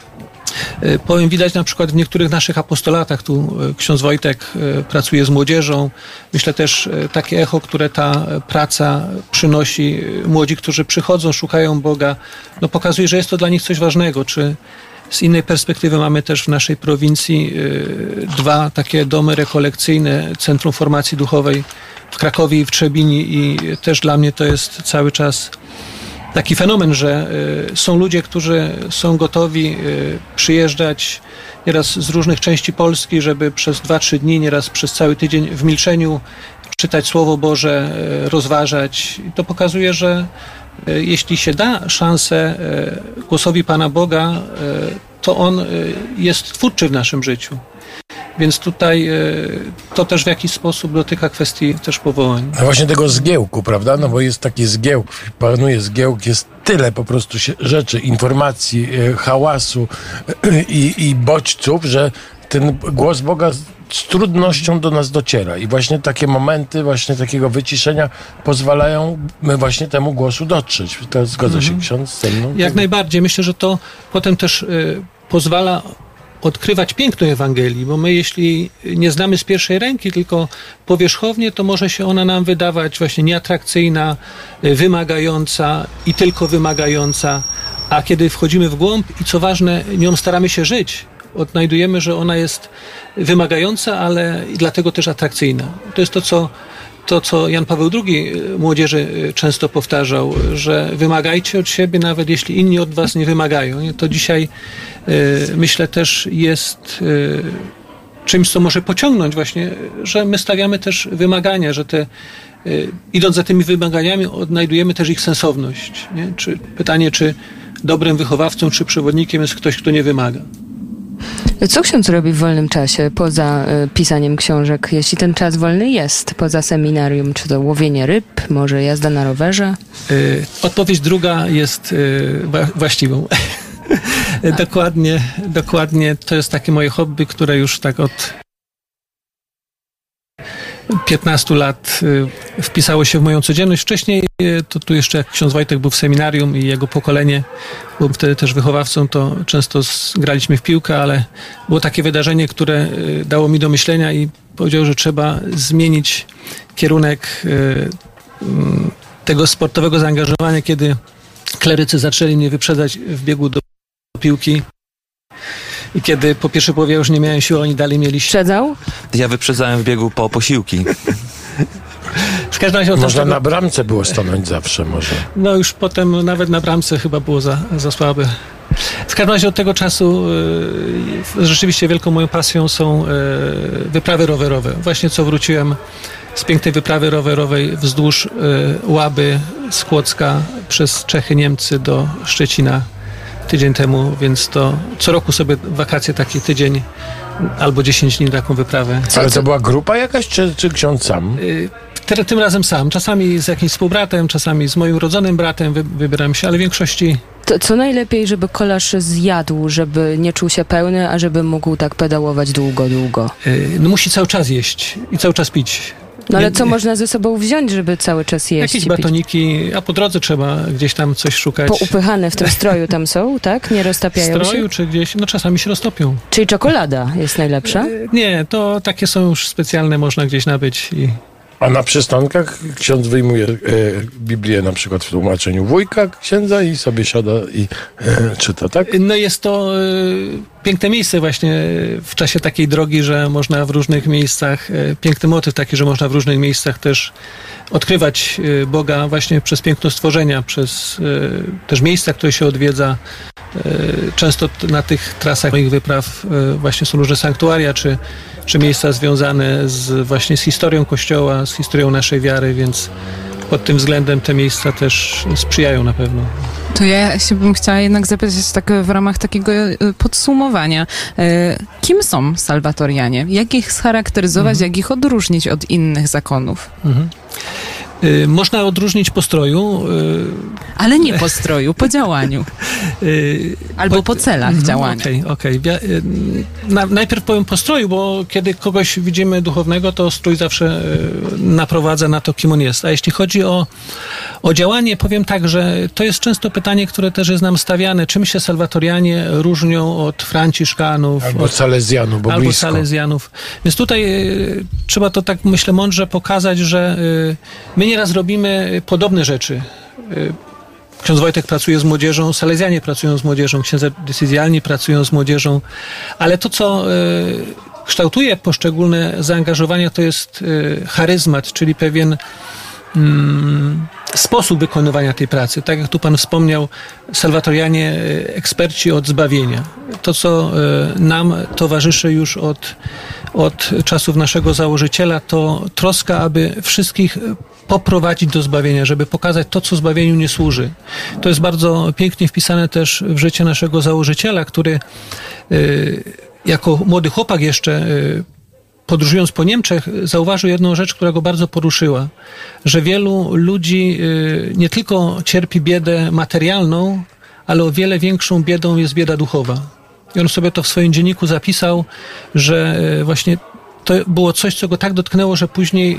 powiem, widać na przykład w niektórych naszych apostolatach, tu ksiądz Wojtek pracuje z młodzieżą, myślę też takie echo, które ta praca przynosi, młodzi, którzy przychodzą, szukają Boga, no pokazuje, że jest to dla nich coś ważnego. Czy z innej perspektywy mamy też w naszej prowincji dwa takie domy rekolekcyjne, Centrum Formacji Duchowej w Krakowie i w Trzebini, i też dla mnie to jest cały czas taki fenomen, że y, są ludzie, którzy są gotowi y, przyjeżdżać nieraz z różnych części Polski, żeby przez dwa, trzy dni, nieraz przez cały tydzień w milczeniu czytać Słowo Boże, y, rozważać. I to pokazuje, że y, jeśli się da szansę y, głosowi Pana Boga, y, to On y, jest twórczy w naszym życiu. Więc tutaj to też w jakiś sposób dotyka kwestii też powołań. A właśnie tego zgiełku, prawda? No bo jest taki zgiełk, panuje zgiełk, jest tyle po prostu się, rzeczy, informacji, hałasu i, i bodźców, że ten głos Boga z trudnością do nas dociera. I właśnie takie momenty właśnie takiego wyciszenia pozwalają właśnie temu głosu dotrzeć. To zgadza się mhm. ksiądz ze mną? Jak najbardziej. Myślę, że to potem też y, pozwala odkrywać piękno Ewangelii, bo my jeśli nie znamy z pierwszej ręki, tylko powierzchownie, to może się ona nam wydawać właśnie nieatrakcyjna, wymagająca i tylko wymagająca, a kiedy wchodzimy w głąb i co ważne, nią staramy się żyć, odnajdujemy, że ona jest wymagająca, ale i dlatego też atrakcyjna. To jest to, co To, co Jan Paweł drugi młodzieży często powtarzał, że wymagajcie od siebie, nawet jeśli inni od was nie wymagają. To dzisiaj y, myślę też jest y, czymś, co może pociągnąć właśnie, że my stawiamy też wymagania, że te, y, idąc za tymi wymaganiami odnajdujemy też ich sensowność. Nie? Czy, pytanie, czy dobrym wychowawcą, czy przewodnikiem jest ktoś, kto nie wymaga. Co ksiądz robi w wolnym czasie, poza y, pisaniem książek, jeśli ten czas wolny jest, poza seminarium, czy to łowienie ryb, może jazda na rowerze? Y, odpowiedź druga jest y, wa- właściwą. dokładnie, dokładnie to jest takie moje hobby, które już tak od piętnastu lat y, wpisało się w moją codzienność. Wcześniej y, to tu jeszcze jak ksiądz Wojtek był w seminarium i jego pokolenie, byłem wtedy też wychowawcą, to często z, graliśmy w piłkę, ale było takie wydarzenie, które y, dało mi do myślenia i powiedział, że trzeba zmienić kierunek y, y, tego sportowego zaangażowania, kiedy klerycy zaczęli mnie wyprzedzać w biegu do piłki. I kiedy po pierwszej połowie już nie miałem siły, oni dalej mieli siłę. Przedał? Ja wyprzedzałem w biegu po posiłki. W każdym razie Można tego, na bramce było stanąć zawsze może. No już potem nawet na bramce chyba było za, za słabe. W każdym razie od tego czasu y, rzeczywiście wielką moją pasją są y, wyprawy rowerowe. Właśnie co wróciłem z pięknej wyprawy rowerowej wzdłuż y, Łaby z Kłodzka przez Czechy, Niemcy do Szczecina tydzień temu, więc to co roku sobie wakacje taki tydzień albo dziesięć dni taką wyprawę. Ale to była grupa jakaś, czy, czy ksiądz sam? Y, Ty, tym razem sam. Czasami z jakimś współbratem, czasami z moim urodzonym bratem wy, wybieram się, ale w większości... To, co najlepiej, żeby kolarz zjadł, żeby nie czuł się pełny, a żeby mógł tak pedałować długo, długo? Yy, no musi cały czas jeść i cały czas pić. No ale nie, co nie. można ze sobą wziąć, żeby cały czas jeść? Jakieś i pić? batoniki, a po drodze trzeba gdzieś tam coś szukać. Poupychane w tym stroju tam są, tak? Nie W roztapiają stroju się? czy gdzieś, no czasami się roztopią. Czyli czekolada jest najlepsza? Yy, nie, to takie są już specjalne, można gdzieś nabyć i... A na przystankach ksiądz wyjmuje e, Biblię na przykład w tłumaczeniu wujka księdza i sobie siada i e, czyta, tak? No jest to y, piękne miejsce właśnie w czasie takiej drogi, że można w różnych miejscach, y, piękny motyw taki, że można w różnych miejscach też odkrywać y, Boga właśnie przez piękno stworzenia, przez y, też miejsca, które się odwiedza. Y, często t- na tych trasach moich wypraw y, właśnie są różne sanktuaria, czy, czy miejsca związane z, właśnie z historią Kościoła, z historią naszej wiary, więc pod tym względem te miejsca też sprzyjają na pewno. To ja się bym chciała jednak zapytać tak w ramach takiego podsumowania. Kim są salwatorianie? Jak ich scharakteryzować, mhm. jak ich odróżnić od innych zakonów? Mhm. Y, można odróżnić po stroju. Y, Ale nie po stroju, po działaniu. y, Albo po, po celach mm, działania. Okej, okay, okej. Okay. Y, na, najpierw powiem po stroju, bo kiedy kogoś widzimy duchownego, to strój zawsze y, naprowadza na to, kim on jest. A jeśli chodzi o, o działanie, powiem tak, że to jest często pytanie, które też jest nam stawiane. Czym się salwatorianie różnią od franciszkanów? Albo od, salezjanów, bo albo blisko. salezjanów. Więc tutaj y, trzeba to tak, myślę, mądrze pokazać, że y, my nieraz robimy podobne rzeczy. Ksiądz Wojtek pracuje z młodzieżą, salezjanie pracują z młodzieżą, księdza decyzjalni pracują z młodzieżą, ale to, co y, kształtuje poszczególne zaangażowania, to jest y, charyzmat, czyli pewien y, sposób wykonywania tej pracy. Tak jak tu Pan wspomniał, salwatorianie, y, eksperci od zbawienia. To, co y, nam towarzyszy już od od czasów naszego założyciela, to troska, aby wszystkich poprowadzić do zbawienia, żeby pokazać to, co zbawieniu nie służy. To jest bardzo pięknie wpisane też w życie naszego założyciela, który y, jako młody chłopak jeszcze y, podróżując po Niemczech, zauważył jedną rzecz, która go bardzo poruszyła, że wielu ludzi y, nie tylko cierpi biedę materialną, ale o wiele większą biedą jest bieda duchowa. I on sobie to w swoim dzienniku zapisał, że właśnie to było coś, co go tak dotknęło, że później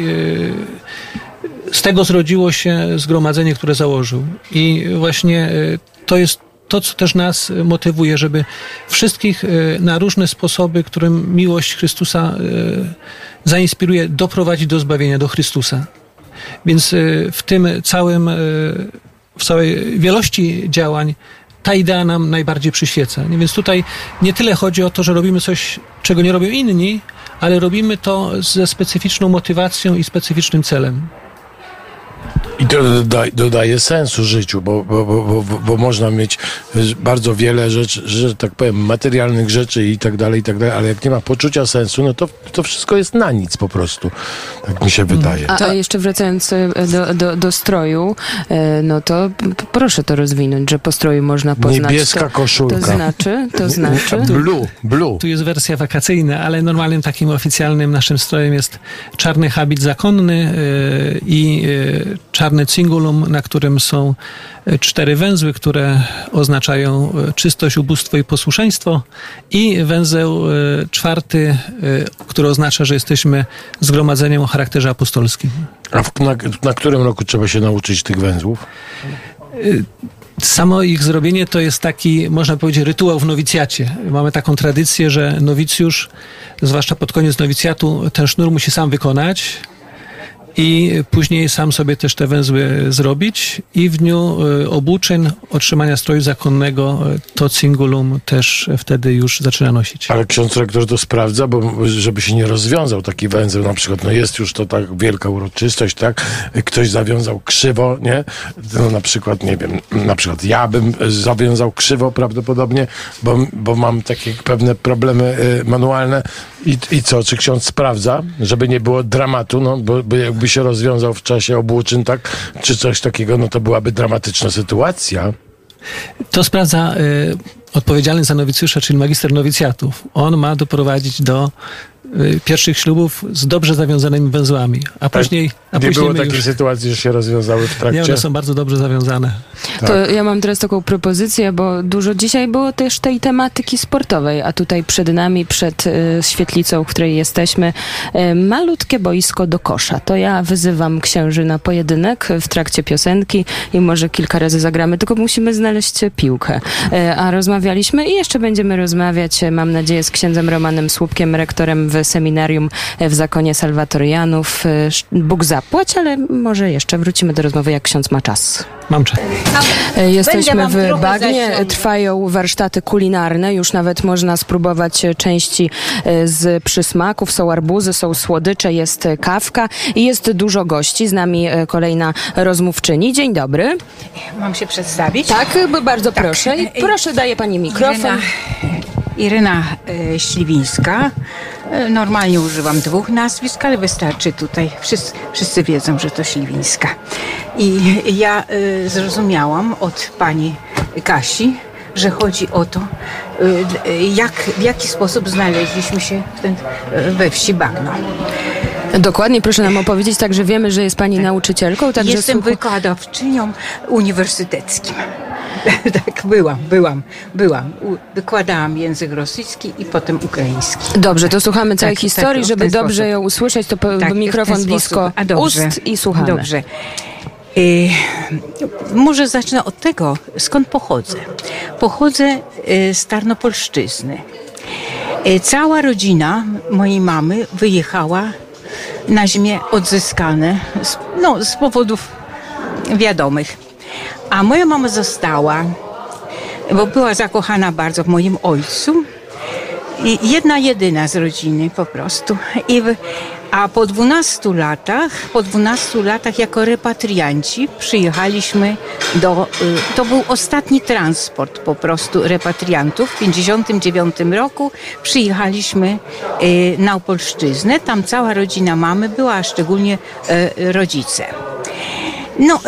z tego zrodziło się zgromadzenie, które założył. I właśnie to jest to, co też nas motywuje, żeby wszystkich na różne sposoby, którym miłość Chrystusa zainspiruje, doprowadzić do zbawienia, do Chrystusa. Więc w tym całym, w całej wielości działań ta idea nam najbardziej przyświeca. Więc tutaj nie tyle chodzi o to, że robimy coś, czego nie robią inni, ale robimy to ze specyficzną motywacją i specyficznym celem. I to dodaje, dodaje sensu życiu, bo, bo, bo, bo, bo można mieć bardzo wiele rzeczy, że tak powiem, materialnych rzeczy i tak dalej, i tak dalej, ale jak nie ma poczucia sensu, no to, to wszystko jest na nic po prostu. Tak mi się wydaje. A, a jeszcze wracając do, do, do stroju, no to proszę to rozwinąć, że po stroju można poznać. Niebieska to, koszulka. To znaczy, to znaczy. Blue, blue. Tu jest wersja wakacyjna, ale normalnym takim oficjalnym naszym strojem jest czarny habit zakonny yy, i yy, czarny cingulum, na którym są cztery węzły, które oznaczają czystość, ubóstwo i posłuszeństwo, i węzeł czwarty, który oznacza, że jesteśmy zgromadzeniem o charakterze apostolskim. A w, na, na którym roku trzeba się nauczyć tych węzłów? Samo ich zrobienie to jest taki, można powiedzieć, rytuał w nowicjacie. Mamy taką tradycję, że nowicjusz, zwłaszcza pod koniec nowicjatu, ten sznur musi sam wykonać i później sam sobie też te węzły zrobić, i w dniu obuczeń, otrzymania stroju zakonnego, to cingulum też wtedy już zaczyna nosić. Ale ksiądz rektor to sprawdza, bo żeby się nie rozwiązał taki węzeł, na przykład, no jest już to tak wielka uroczystość, tak? Ktoś zawiązał krzywo, nie? No na przykład, nie wiem, na przykład ja bym zawiązał krzywo prawdopodobnie, bo, bo mam takie pewne problemy manualne. I, I co, czy ksiądz sprawdza, żeby nie było dramatu, no bo, bo jakby się rozwiązał w czasie obłóczyn, tak, czy coś takiego, no to byłaby dramatyczna sytuacja. To sprawdza y, odpowiedzialny za nowicjusza, czyli magister nowicjatów. On ma doprowadzić do y, pierwszych ślubów z dobrze zawiązanymi węzłami, a później... A nie później było takiej już... sytuacji, że się rozwiązały w trakcie? Nie, one są bardzo dobrze zawiązane. Tak. To ja mam teraz taką propozycję, bo dużo dzisiaj było też tej tematyki sportowej, a tutaj przed nami, przed y, świetlicą, w której jesteśmy, y, malutkie boisko do kosza. To ja wyzywam księży na pojedynek w trakcie piosenki i może kilka razy zagramy, tylko musimy znaleźć piłkę. Y, a rozmawialiśmy i jeszcze będziemy rozmawiać, mam nadzieję, z księdzem Romanem Słupkiem, rektorem w seminarium w Zakonie Salwatorianów. Y, Bóg zapłać, ale może jeszcze wrócimy do rozmowy, jak ksiądz ma czas. Mam czas. Jesteśmy w Bagnie, trwają warsztaty kulinarne, już nawet można spróbować części z przysmaków, są arbuzy, są słodycze, jest kawka i jest dużo gości. Z nami kolejna rozmówczyni. Dzień dobry. Mam się przedstawić? Tak, bardzo tak. Proszę. I proszę, daję pani mikrofon. Iryna, Iryna e, Śliwińska. E, normalnie używam dwóch nazwisk, ale wystarczy tutaj. Wszyscy, wszyscy wiedzą, że to Śliwińska. I ja e, zrozumiałam od pani Kasi, że chodzi o to, e, jak, w jaki sposób znaleźliśmy się w ten, e, we wsi Bagno. Dokładnie, proszę nam opowiedzieć, także wiemy, że jest pani tak. nauczycielką. Także Jestem słuch... wykładowczynią uniwersyteckim. Tak, byłam, byłam, byłam. Wykładałam język rosyjski i potem ukraiński. Dobrze, to słuchamy całej tak, historii, tak, żeby dobrze sposób. ją usłyszeć, to po, tak, mikrofon blisko A dobrze, ust i słuchamy. Dobrze. Y, może zacznę od tego, skąd pochodzę. Pochodzę y, z Tarnopolszczyzny. Y, cała rodzina mojej mamy wyjechała na ziemię odzyskane z, no, z powodów wiadomych. A moja mama została, bo była zakochana bardzo w moim ojcu. I jedna jedyna z rodziny po prostu. I w, a po dwunastu latach, po dwunastu latach jako repatrianci przyjechaliśmy do... To był ostatni transport po prostu repatriantów. W pięćdziesiątym dziewiątym roku przyjechaliśmy na Opolszczyznę. Tam cała rodzina mamy była, a szczególnie rodzice. No...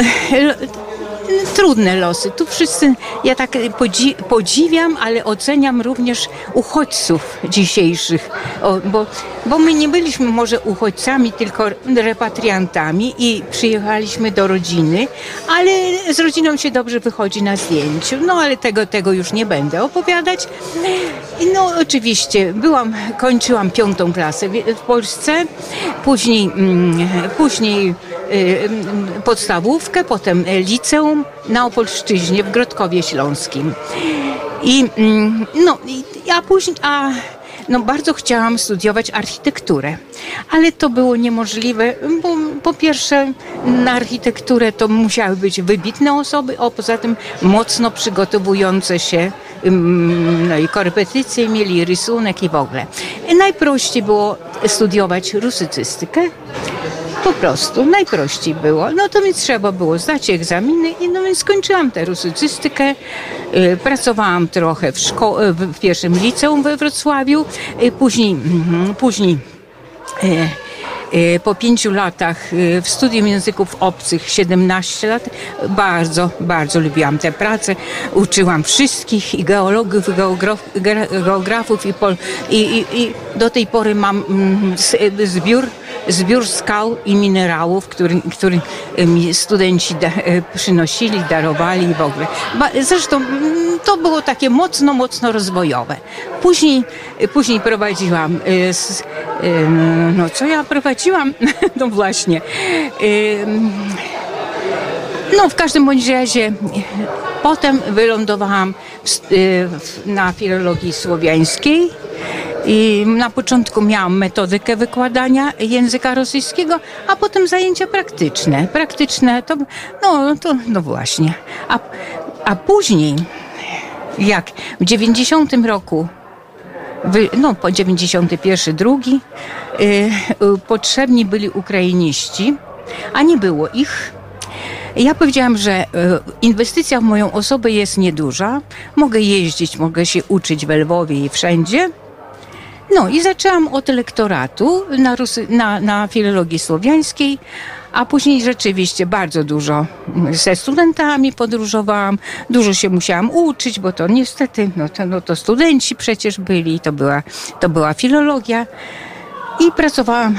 Trudne losy. Tu wszyscy, ja tak podzi- podziwiam, ale oceniam również uchodźców dzisiejszych, o, bo, bo my nie byliśmy może uchodźcami, tylko repatriantami i przyjechaliśmy do rodziny, ale z rodziną się dobrze wychodzi na zdjęciu. No ale tego, tego już nie będę opowiadać. No oczywiście, byłam, kończyłam piątą klasę w, w Polsce, później, mm, później podstawówkę, potem liceum na Opolszczyźnie w Grodkowie Śląskim. I, no, a później, a no bardzo chciałam studiować architekturę, ale to było niemożliwe, bo po pierwsze na architekturę to musiały być wybitne osoby, a poza tym mocno przygotowujące się, no i korepetycje mieli, rysunek i w ogóle. I najprościej było studiować rusycystykę. Po prostu, najprościej było. No to więc trzeba było zdać egzaminy i no więc skończyłam tę rusycystykę. Y, pracowałam trochę w, szko- w pierwszym liceum we Wrocławiu, y, później, y, później y, y, po pięciu latach y, w studium języków obcych, siedemnaście lat, bardzo, bardzo lubiłam tę pracę. Uczyłam wszystkich i geologów, i geograf, geografów i, pol, i, i, i do tej pory mam y, zbiór Zbiór skał i minerałów, który, który mi studenci da, przynosili, darowali i w ogóle. Zresztą to było takie mocno, mocno rozwojowe. Później, później prowadziłam, no co ja prowadziłam? No właśnie. No w każdym bądź razie potem wylądowałam w, na filologii słowiańskiej. I na początku miałam metodykę wykładania języka rosyjskiego, a potem zajęcia praktyczne. Praktyczne to, no, to, no właśnie. A, a później, jak w dziewięćdziesiątym roku, no po dziewięćdziesiąty pierwszy, drugi, yy, potrzebni byli ukrainiści, a nie było ich. Ja powiedziałam, że inwestycja w moją osobę jest nieduża. Mogę jeździć, mogę się uczyć w Lwowie i wszędzie. No i zaczęłam od lektoratu na, Rusy, na, na filologii słowiańskiej, a później rzeczywiście bardzo dużo ze studentami podróżowałam, dużo się musiałam uczyć, bo to niestety, no to, no to studenci przecież byli, to była, to była filologia. I pracowałam,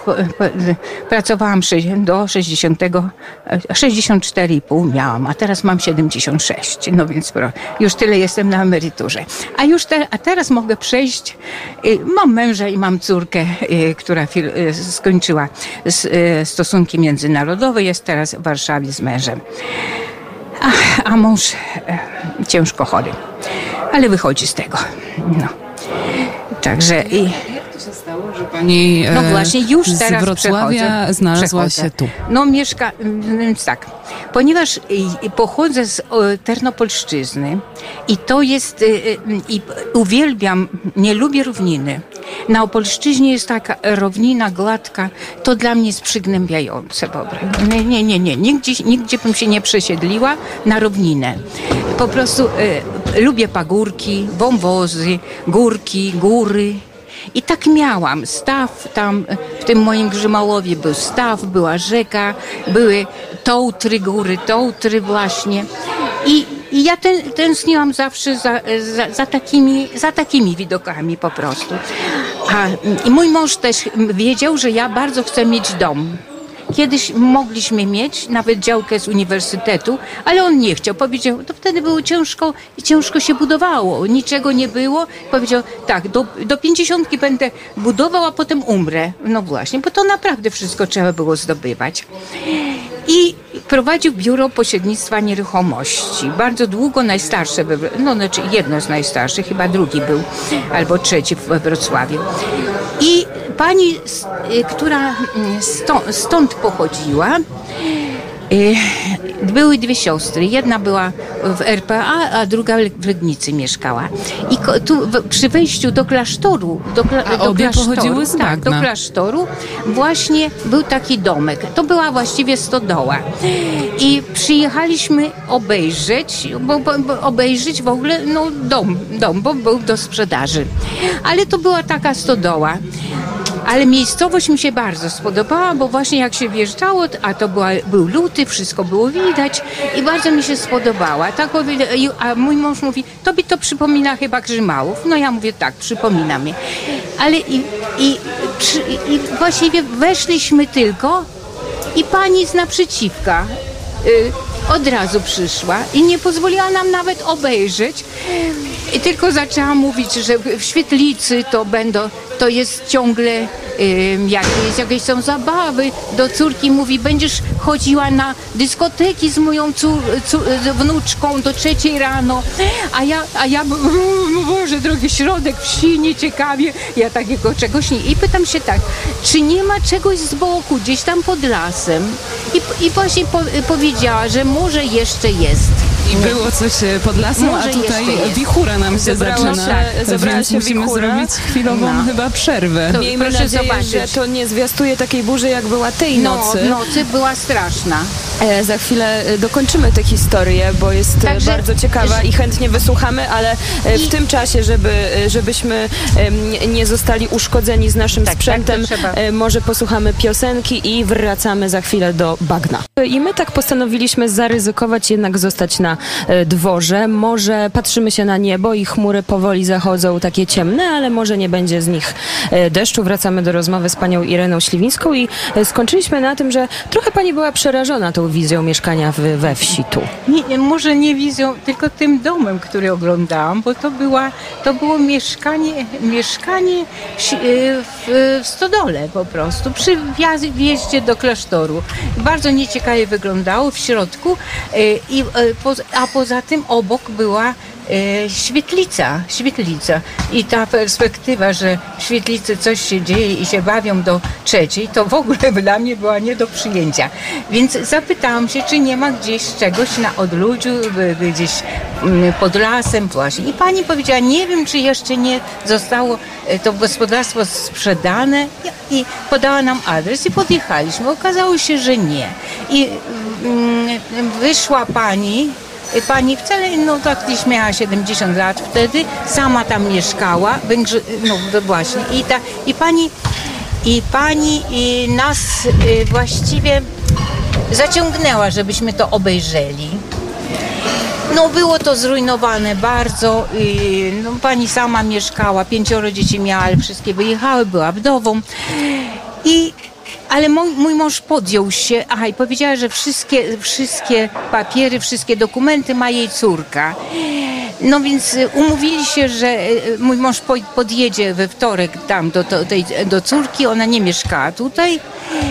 pracowałam do sześćdziesiątego, sześćdziesiąt cztery i pół miałam, a teraz mam siedemdziesiąt sześć, no więc już tyle jestem na emeryturze. A już te, a teraz mogę przejść, mam męża i mam córkę, która skończyła stosunki międzynarodowe, jest teraz w Warszawie z mężem. A, a mąż ciężko chory, ale wychodzi z tego. No. Także i się stało, że pani no właśnie, już teraz z Wrocławia przechodzę, znalazła przechodzę. się tu? No mieszka, więc tak, ponieważ pochodzę z Ternopolszczyzny i to jest, i uwielbiam, nie lubię równiny. Na Opolszczyźnie jest taka równina gładka, to dla mnie jest przygnębiające. Nie, nie, nie, nie. Nigdzie, nigdzie bym się nie przesiedliła na równinę. Po prostu y, lubię pagórki, wąwozy, górki, góry. I tak miałam. Staw tam, w tym moim Grzymałowie był staw, była rzeka, były tołtry, góry, tołtry właśnie. I, i ja ten, tęskniłam zawsze za, za, za, takimi, za takimi widokami po prostu. A, i mój mąż też wiedział, że ja bardzo chcę mieć dom. Kiedyś mogliśmy mieć nawet działkę z uniwersytetu, ale on nie chciał. Powiedział, to wtedy było ciężko i ciężko się budowało. Niczego nie było. Powiedział, tak, do, do pięćdziesiątki będę budował, a potem umrę. No właśnie, bo to naprawdę wszystko trzeba było zdobywać. I prowadził biuro pośrednictwa nieruchomości. Bardzo długo, najstarsze, no znaczy jedno z najstarszych, chyba drugi był, albo trzeci we Wrocławiu. I pani, która stąd, stąd pochodziła, były dwie siostry. Jedna była w R P A, a druga w Legnicy mieszkała. I tu przy wejściu do klasztoru, do, kla, a do obie klasztoru, pochodziły z tak, do klasztoru właśnie był taki domek. To była właściwie stodoła. I przyjechaliśmy obejrzeć, bo, bo, bo obejrzeć w ogóle no, dom, dom, bo był do sprzedaży. Ale to była taka stodoła. Ale miejscowość mi się bardzo spodobała, bo właśnie jak się wjeżdżało, a to była, był luty, wszystko było widać i bardzo mi się spodobała. Tak, a mój mąż mówi, tobie to przypomina chyba Grzymałów. No ja mówię, tak, przypomina mi. Ale i, i, i, i właściwie weszliśmy tylko i pani z naprzeciwka y, od razu przyszła i nie pozwoliła nam nawet obejrzeć. I tylko zaczęłam mówić, że w świetlicy to będą, to jest ciągle um, jakieś, jakieś są zabawy. Do córki mówi, będziesz chodziła na dyskoteki z moją cór, cór, wnuczką do trzeciej rano. A ja, a ja, Boże drogi, środek wsi, nieciekawie, ja takiego czegoś nie. I pytam się tak, czy nie ma czegoś z boku, gdzieś tam pod lasem? I, i właśnie po, powiedziała, że może jeszcze jest. I było coś pod lasem, Może a tutaj jeszcze wichura nam się Zebrała zaczyna, się- zebrała więc się musimy wichura. zrobić chwilową No. chyba przerwę. To Miejmy proszę nadzieję, zobaczyć. że to nie zwiastuje takiej burzy, jak była tej No, nocy. nocy była straszna. E, za chwilę e, dokończymy tę historię, bo jest e, Także- bardzo ciekawa i chętnie wysłuchamy, ale e, w I- tym czasie, żeby, e, żebyśmy em, nie- nie zostali uszkodzeni z naszym Tak, sprzętem, tak, to trzeba. e, może posłuchamy piosenki i wracamy za chwilę do bagna. I my tak postanowiliśmy zaryzykować, jednak zostać na e, dworze. Może patrzymy się na niebo i chmury powoli zachodzą takie ciemne, ale może nie będzie z nich e, deszczu. Wracamy do rozmowy z panią Ireną Śliwińską i e, skończyliśmy na tym, że trochę pani była przerażona tą wizją mieszkania w, we wsi tu. Nie, nie, może nie wizją, tylko tym domem, który oglądałam, bo to, była, to było mieszkanie, mieszkanie w, si- w, w stodole po prostu, przy wjazd- wjeździe do klasztoru. Bardzo nieciekawie wyglądało w środku, e, i, e, po, a poza tym obok była e, świetlica, świetlica. I ta perspektywa, że w świetlicy coś się dzieje i się bawią do trzeciej, to w ogóle dla mnie była nie do przyjęcia. Więc zapytałam się, czy nie ma gdzieś czegoś na odludziu, by- by gdzieś mm, pod lasem właśnie. I pani powiedziała, nie wiem, czy jeszcze nie zostało e, to gospodarstwo sprzedane, i, i podała nam adres i podjechaliśmy. Okazało się, że nie. I mm, wyszła pani, Pani wcale, no tak gdzieś miała siedemdziesiąt lat wtedy, sama tam mieszkała, Węgrzy, no to właśnie, i, ta, i pani, i pani i nas y, właściwie zaciągnęła, żebyśmy to obejrzeli. No było to zrujnowane bardzo, y, no, pani sama mieszkała, pięcioro dzieci miała, ale wszystkie wyjechały, była wdową i ale mój, mój mąż podjął się, aha, i powiedziała, że wszystkie, wszystkie papiery, wszystkie dokumenty ma jej córka. No więc y, umówili się, że y, mój mąż po, podjedzie we wtorek tam do, do, tej, do córki, ona nie mieszkała tutaj.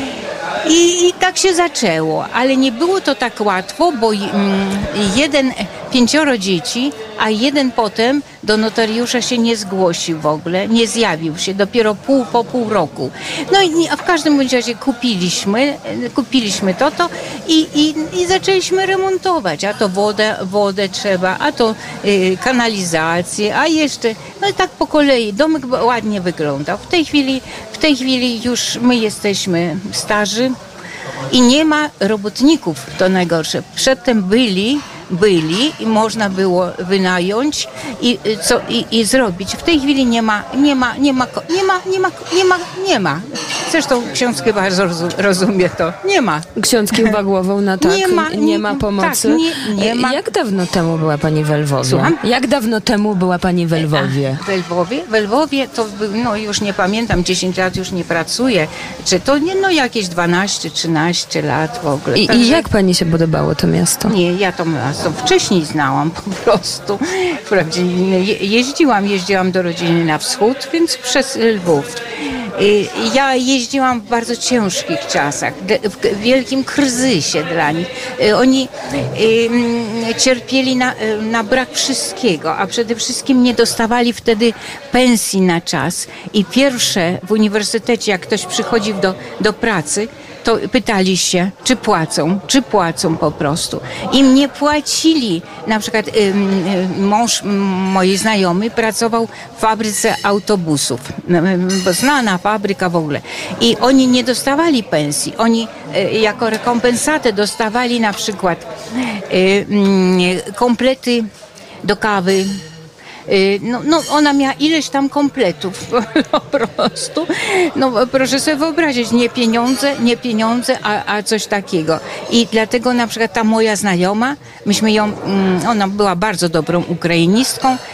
I, I tak się zaczęło, ale nie było to tak łatwo, bo mm, jeden, pięcioro dzieci, a jeden potem do notariusza się nie zgłosił w ogóle, nie zjawił się, dopiero pół, po pół roku. No i a w każdym bądź razie kupiliśmy, kupiliśmy to, to i, i, i zaczęliśmy remontować, a to wodę, wodę trzeba, a to y, kanalizację, a jeszcze, no i tak po kolei, domek ładnie wyglądał. W tej chwili, w tej chwili już my jesteśmy starzy i nie ma robotników, to najgorsze. Przedtem byli, byli i można było wynająć i, co, i, i zrobić. W tej chwili nie ma, nie ma, nie ma, nie ma, nie ma, nie ma, nie ma. Zresztą ksiądz chyba rozum- rozumie to. Nie ma. Ksiądz kiwa głową na tak, Nie ma, nie, nie- ma pomocy. tak, nie- nie ma. Jak dawno temu była pani w Lwowie? Słucham? Jak dawno temu była pani w Lwowie? W Lwowie? W Lwowie to, by- no już nie pamiętam, dziesięć lat już nie pracuję. Czy to nie, no jakieś dwanaście, trzynaście lat w ogóle. I, Także- I jak pani się podobało to miasto? Nie, ja to miasto wcześniej znałam po prostu. Wprawdzie je, jeździłam, jeździłam do rodziny na wschód, więc przez Lwów. Y, Ja jeździłam w bardzo ciężkich czasach, de- w wielkim kryzysie dla nich. Y, Oni y, mm, cierpieli na, y, na brak wszystkiego, a przede wszystkim nie dostawali wtedy pensji na czas. I pierwsze w uniwersytecie, jak ktoś przychodził do, do pracy, to pytali się, czy płacą, czy płacą po prostu. Im nie płacili. Na przykład ym, ym, mąż ym, mojej znajomej pracował w fabryce autobusów, ym, bo znana fabryka w ogóle. I oni nie dostawali pensji. Oni y, jako rekompensatę dostawali na przykład y, y, komplety do kawy. Y, No, no ona miała ileś tam kompletów po prostu. No proszę sobie wyobrazić, nie pieniądze, nie pieniądze, a, a coś takiego. I dlatego na przykład ta moja znajoma, myśmy ją, mm, ona była bardzo dobrą ukrainistką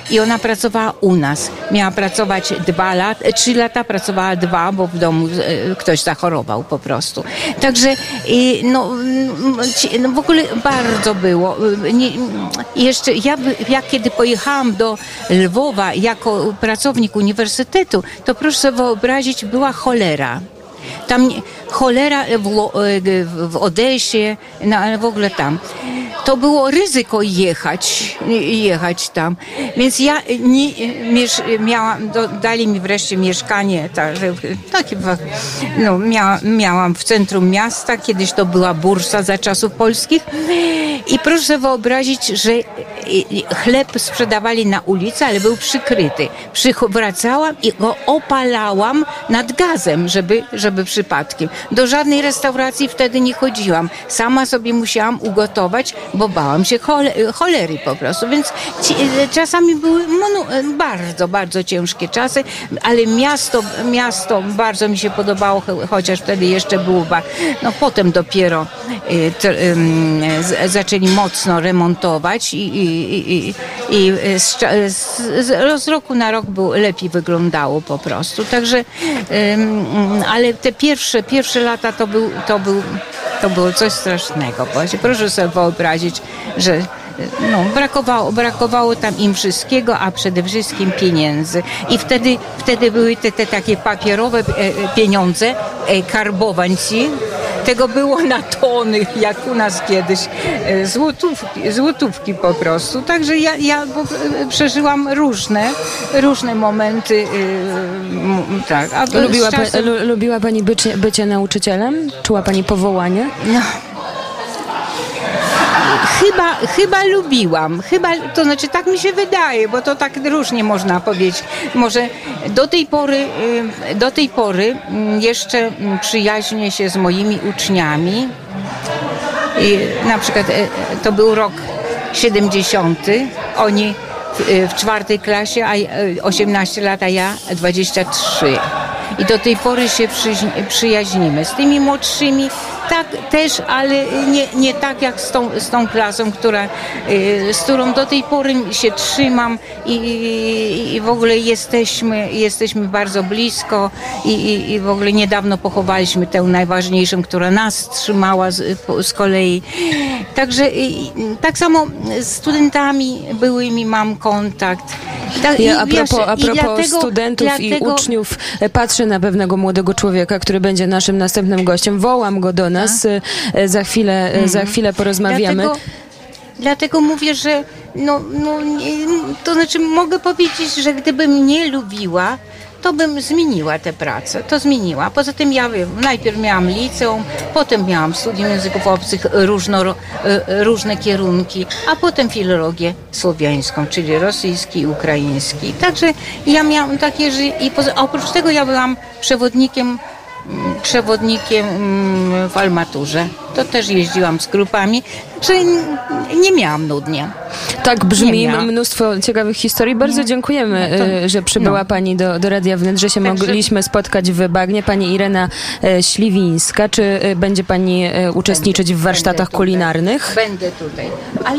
i ona pracowała u nas. Miała pracować dwa lata, trzy lata, pracowała dwa, bo w domu ktoś zachorował po prostu. Także no, no w ogóle bardzo było. Nie, jeszcze ja, ja kiedy pojechałam do Lwowa jako pracownik uniwersytetu, to proszę sobie wyobrazić, była cholera. Tam cholera w, w Odesie, no ale w ogóle tam. To było ryzyko jechać, jechać tam. Więc ja nie, miesz, miałam, do, dali mi wreszcie mieszkanie, tak, takie, no, mia, miałam w centrum miasta, kiedyś to była bursa za czasów polskich. I proszę sobie wyobrazić, że chleb sprzedawali na ulicy, ale był przykryty. Wracałam i go opalałam nad gazem, żeby, żeby przypadkiem. Do żadnej restauracji wtedy nie chodziłam. Sama sobie musiałam ugotować, bo bałam się chole- cholery po prostu. Więc ci, czasami były monu- bardzo, bardzo ciężkie czasy, ale miasto, miasto bardzo mi się podobało, chociaż wtedy jeszcze było, no potem dopiero y, t, y, z, zaczęli mocno remontować i, i, i, i z, z, z roku na rok był, lepiej wyglądało po prostu. Także, y, ale te pierwsze, pierwsze lata to był, to był To było coś strasznego. Proszę sobie wyobrazić, że no, brakowało, brakowało tam im wszystkiego, a przede wszystkim pieniędzy. I wtedy, wtedy były te, te takie papierowe pieniądze, karbowanci. Tego było na tony, jak u nas kiedyś. Złotówki, złotówki po prostu. Także ja, ja przeżyłam różne, różne momenty. Tak. A lubiła, czasem... pa, lubiła Pani bycie, bycie nauczycielem? Czuła Pani powołanie? No. Chyba, chyba lubiłam, chyba, to znaczy tak mi się wydaje, bo to tak różnie można powiedzieć. Może do tej pory, do tej pory jeszcze przyjaźnię się z moimi uczniami. I na przykład to był rok siedemdziesiąty, oni w, w czwartej klasie, a osiemnaście lat, a ja dwadzieścia trzy. I do tej pory się przy, przyjaźnimy. Z tymi młodszymi tak też, ale nie, nie tak jak z tą, z tą klasą, która, z którą do tej pory się trzymam i, i, i w ogóle jesteśmy, jesteśmy bardzo blisko i, i, i w ogóle niedawno pochowaliśmy tę najważniejszą, która nas trzymała z, z kolei. Także tak samo z studentami byłymi mam kontakt. Tak, ja, a propos, a propos dlatego, studentów dlatego... i uczniów, patrzę na pewnego młodego człowieka, który będzie naszym następnym gościem. Wołam go do nas. A? Za chwilę, mhm. za chwilę porozmawiamy. Dlatego, dlatego mówię, że no, no, nie, to znaczy mogę powiedzieć, że gdybym nie lubiła, to bym zmieniła tę pracę. To zmieniła. Poza tym ja najpierw miałam liceum, potem miałam studium języków obcych, różno, różne kierunki, a potem filologię słowiańską, czyli rosyjski i ukraiński. Także ja miałam takie, że i poza, oprócz tego ja byłam przewodnikiem przewodnikiem w Almaturze. To też jeździłam z grupami, że nie miałam nudnie. Tak brzmi, mnóstwo ciekawych historii. Bardzo no. dziękujemy, no to, że przybyła no. Pani do, do Radia Wnet, że się Także... mogliśmy spotkać w Bagnie. Pani Irena Śliwińska. Czy będzie Pani uczestniczyć w warsztatach Będę kulinarnych? Będę tutaj. Ale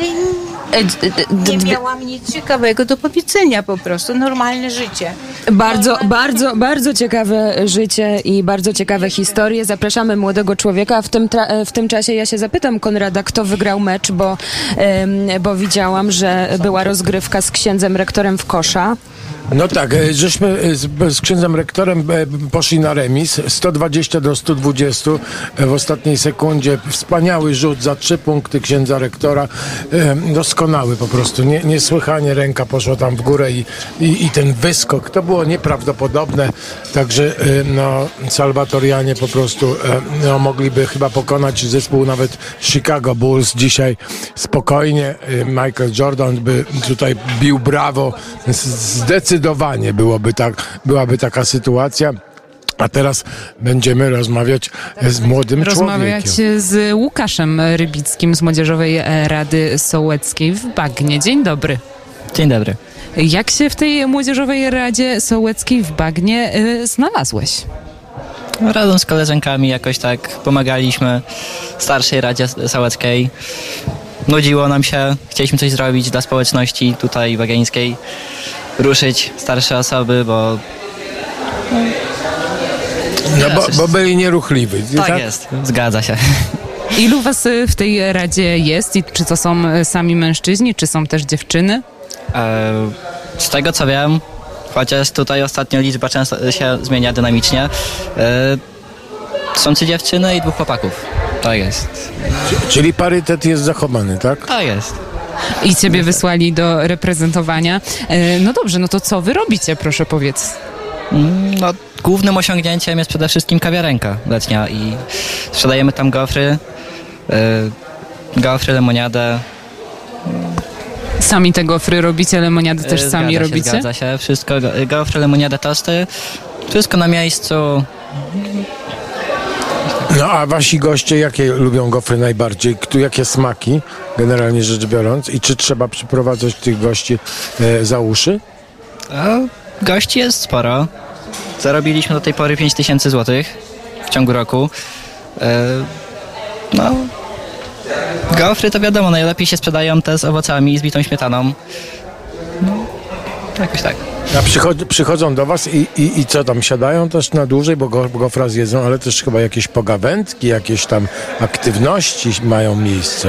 nie miałam nic ciekawego do powiedzenia po prostu. Normalne życie. Bardzo, Normalne... bardzo, bardzo ciekawe życie i bardzo ciekawe historie. Zapraszamy młodego człowieka. W tym, tra- w tym czasie ja się zapytam Konrada, kto wygrał mecz, bo, bo widziałam, że była rozgrywka z księdzem rektorem w kosza. No tak, żeśmy z, z księdzem rektorem poszli na remis, sto dwadzieścia do stu dwudziestu w ostatniej sekundzie. Wspaniały rzut za trzy punkty księdza rektora, doskonały po prostu, nie, niesłychanie ręka poszła tam w górę i, i, i ten wyskok, to było nieprawdopodobne, także no, salwatorianie po prostu no, mogliby chyba pokonać zespół nawet Chicago Bulls dzisiaj spokojnie. Michael Jordan by tutaj bił brawo, zdecydowanie Zdecydowanie byłoby tak, byłaby taka sytuacja. A teraz będziemy rozmawiać z młodym rozmawiać człowiekiem. Rozmawiać z Łukaszem Rybickim z Młodzieżowej Rady Sołeckiej w Bagnie. Dzień dobry. Dzień dobry. Jak się w tej Młodzieżowej Radzie Sołeckiej w Bagnie y, znalazłeś? Razem z koleżankami jakoś tak pomagaliśmy starszej Radzie Sołeckiej. nudziło nam się, chcieliśmy coś zrobić dla społeczności tutaj bagiańskiej, ruszyć starsze osoby, bo... No bo, bo byli nieruchliwi. Tak, tak jest, zgadza się. Ilu was y, w tej radzie jest i czy to są y, sami mężczyźni, czy są też dziewczyny? E, z tego co wiem, chociaż tutaj ostatnio liczba często się zmienia dynamicznie, e, są trzy dziewczyny i dwóch chłopaków. Tak jest. Czyli parytet jest zachowany, tak? Tak jest. I ciebie wysłali do reprezentowania. E, no dobrze, no to co wy robicie, proszę powiedz? No, głównym osiągnięciem jest przede wszystkim kawiarenka letnia i sprzedajemy tam gofry, y, gofry, lemoniadę. Sami te gofry robicie, lemoniady też Y, sami zgadza się, robicie? Zgadza się, wszystko, go- gofry, lemoniadę, tosty, wszystko na miejscu. No a wasi goście jakie lubią gofry najbardziej? Kto- Jakie smaki, generalnie rzecz biorąc? I czy trzeba przyprowadzać tych gości e, za uszy? A gości jest sporo. Zarobiliśmy do tej pory pięć tysięcy złotych w ciągu roku. Y, no, gofry to wiadomo, najlepiej się sprzedają te z owocami i z bitą śmietaną. No, jakoś tak. A przychod- przychodzą do was i, i, i co tam, siadają też na dłużej, bo go- gofra zjedzą, ale też chyba jakieś pogawędki, jakieś tam aktywności mają miejsce.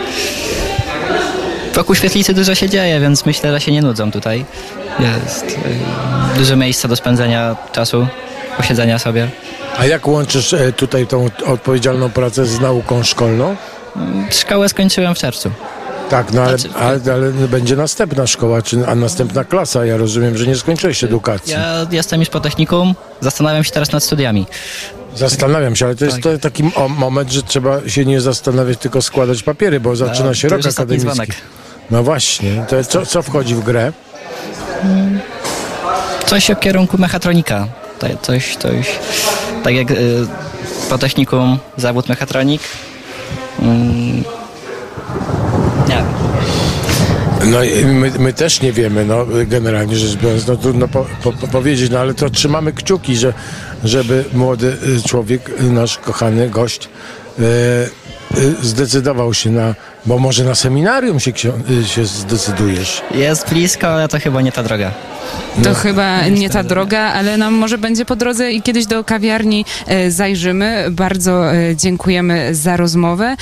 Wokół świetlicy dużo się dzieje, więc myślę, że się nie nudzą tutaj. Jest y, dużo miejsca do spędzenia czasu, posiedzenia sobie. A jak łączysz e, tutaj tą odpowiedzialną pracę z nauką szkolną? Szkołę skończyłem w czerwcu. Tak, no ale, Znaczy- ale, ale będzie następna szkoła, czy, a następna klasa. Ja rozumiem, że nie skończyłeś edukacji. Ja jestem już po technikum, zastanawiam się teraz nad studiami. Zastanawiam się, ale to jest Tak. to taki o, moment, że trzeba się nie zastanawiać, tylko składać papiery, bo zaczyna No, się to rok już ostatni akademicki. dzwonek. No właśnie, to co, co wchodzi w grę? Coś o kierunku mechatronika. To- Coś, coś, tak jak y, po technikum zawód mechatronik. Mm, nie wiem. No i my, my też nie wiemy, no generalnie rzecz biorąc, no trudno po, po, po powiedzieć, no ale to trzymamy kciuki, że, żeby młody y, człowiek, y, nasz kochany gość y, y, zdecydował się na, bo może na seminarium się, ksio- y, się zdecydujesz. Jest blisko, ale to chyba nie ta droga. To No. chyba nie ta droga, ale nam może będzie po drodze i kiedyś do kawiarni e, zajrzymy. Bardzo e, dziękujemy za rozmowę.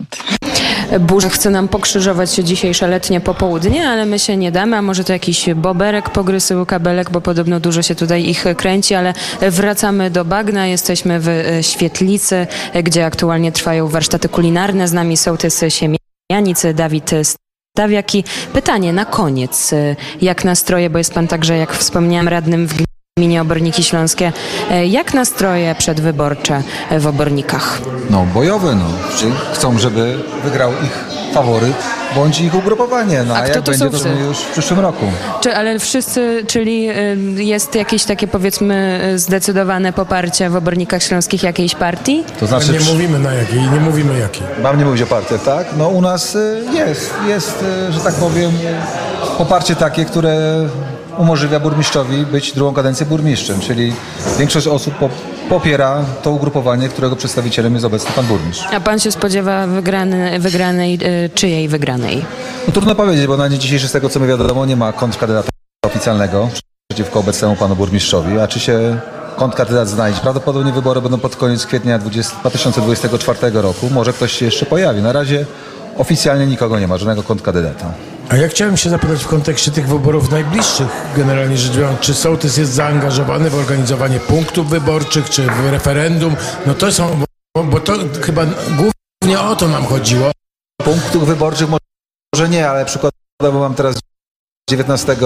Burza chce nam pokrzyżować dzisiejsze letnie popołudnie, ale my się nie damy, a może to jakiś boberek pogryzł kabelek, bo podobno dużo się tutaj ich kręci, ale wracamy do bagna, jesteśmy w e, Świetlicy, e, gdzie aktualnie trwają warsztaty kulinarne. Z nami sołtys Siemianic, Dawid Stawiaki. Pytanie na koniec, e, jak nastroje, bo jest pan także, jak wspomniałam, radnym w gminie Oborniki Śląskie. E, Jak nastroje przedwyborcze e, w Obornikach? No, bojowe, no. Czy chcą, żeby wygrał ich faworyt, bądź ich ugrupowanie. No, A a, kto jak to będzie, są to wszyscy? my już w przyszłym roku. Czy, ale wszyscy, czyli y, jest jakieś takie, powiedzmy, y, zdecydowane poparcie w Obornikach Śląskich jakiejś partii? To znaczy, Nie mówimy na jakiej, nie mówimy jakiej. mam nie mówić o partiach, tak? No u nas y, jest, jest, y, że tak powiem, y, poparcie takie, które umożliwia burmistrzowi być drugą kadencję burmistrzem, czyli większość osób po, popiera to ugrupowanie, którego przedstawicielem jest obecny pan burmistrz. A pan się spodziewa wygrany, wygranej, y, czyjej wygranej? No trudno powiedzieć, bo na dzień dzisiejszy, z tego co mi wiadomo, nie ma kontrkandydata oficjalnego przeciwko obecnemu panu burmistrzowi, a czy się kontrkandydat znajdzie? Prawdopodobnie wybory będą pod koniec kwietnia dwa tysiące dwudziestego czwartego roku. Może ktoś się jeszcze pojawi. Na razie oficjalnie nikogo nie ma, żadnego kontrkandydata. A ja chciałem się zapytać w kontekście tych wyborów najbliższych, generalnie rzecz biorąc, czy sołtys jest zaangażowany w organizowanie punktów wyborczych, czy w referendum? No to są, bo, bo to chyba głównie o to nam chodziło. Punktów wyborczych może nie, ale przykładowo mam teraz dziewiętnastego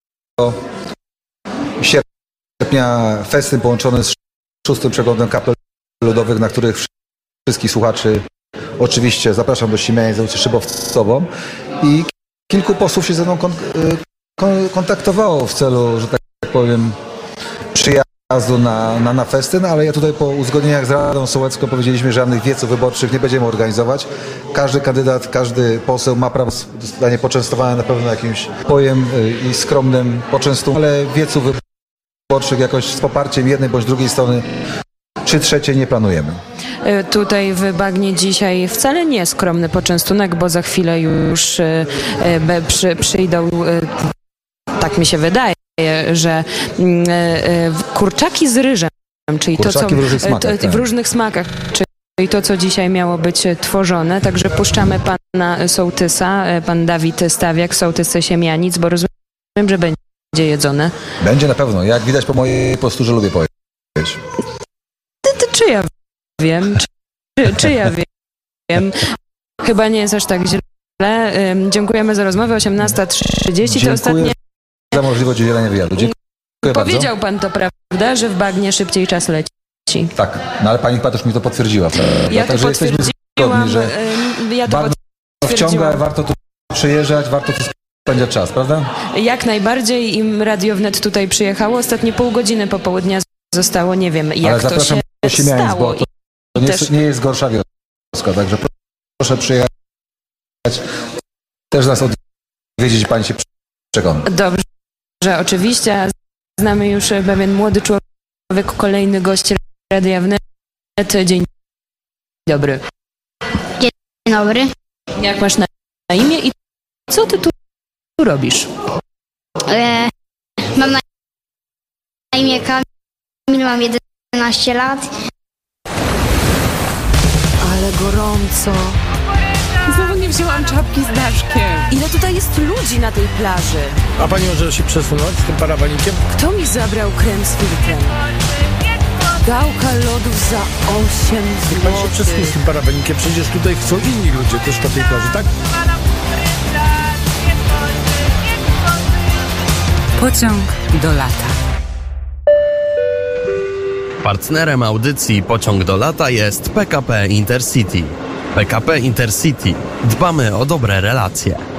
sierpnia festyn połączony z szóstym przeglądem kapel ludowych, na których wszystkich słuchaczy oczywiście zapraszam do Siemianiec, do ulicy Szybowcową i kilku posłów się ze mną kon, kon, kontaktowało w celu, że tak powiem, przyjazdu na, na, na festyn, ale ja tutaj po uzgodnieniach z Radą Sołecką powiedzieliśmy, że żadnych wieców wyborczych nie będziemy organizować. Każdy kandydat, każdy poseł ma prawo zostanie poczęstowany na pewno jakimś pojem i skromnym poczęstunkiem, ale wieców wyborczych jakoś z poparciem jednej bądź drugiej strony czy trzeciej nie planujemy. e, tutaj w Bagnie dzisiaj wcale nie skromny poczęstunek, bo za chwilę już e, e, przy, przyjdą, e, tak mi się wydaje, że e, e, kurczaki z ryżem, czyli Kurczaki to, co w różnych smakach, to, tak. w różnych smakach, czyli to, co dzisiaj miało być tworzone. Także puszczamy pana sołtysa, e, pan Dawid Stawiak, sołtys Siemianic, bo rozumiem, że będzie jedzone. Będzie na pewno. Jak widać po mojej posturze lubię powiedzieć. Ty, ty, czy ja wiem? Czy, czy ja wiem? Chyba nie jest aż tak źle. Ym, dziękujemy za rozmowę. osiemnasta trzydzieści to ostatnie. Za możliwość udzielenia wywiadu. Dziękuję Powiedział bardzo. pan to, prawda, że w Bagnie szybciej czas leci. Tak, no ale pani Patusz mi to potwierdziła. Ja to Także jesteśmy zgodni, że ym, ja to Bagno wciąga, potwierdziłam. warto tu przyjeżdżać, warto tu spędzać czas, prawda? Jak najbardziej. Im Radio Wnet tutaj przyjechało. Ostatnie pół godziny popołudnia zostało. Nie wiem, jak ale to zapraszam się do Siemianic, stało. bo to, to nie, też... jest, nie jest gorsza wioska, także proszę przyjechać. Też nas odwiedzić i pani się przekona. Dobrze, że oczywiście. Znamy już pewien młody człowiek, kolejny gość Radia Wnet. Dzień dobry. Dzień dobry. Jak masz na imię i co ty tu robisz? E, mam na imię Kamil, mam jedenaście lat. Ale gorąco. Znowu nie wzięłam czapki z daszkiem. Ile tutaj jest ludzi na tej plaży? A pani może się przesunąć z tym parawanikiem? Kto mi zabrał krem z filtrem? Gałka lodów za osiem Niech pani się przesunie z złotych. tym parawanikiem. Przecież tutaj chcą inni ludzie też na tej plaży, tak? Pociąg do lata. Partnerem audycji Pociąg do lata jest P K P Intercity. P K P Intercity. Dbamy o dobre relacje.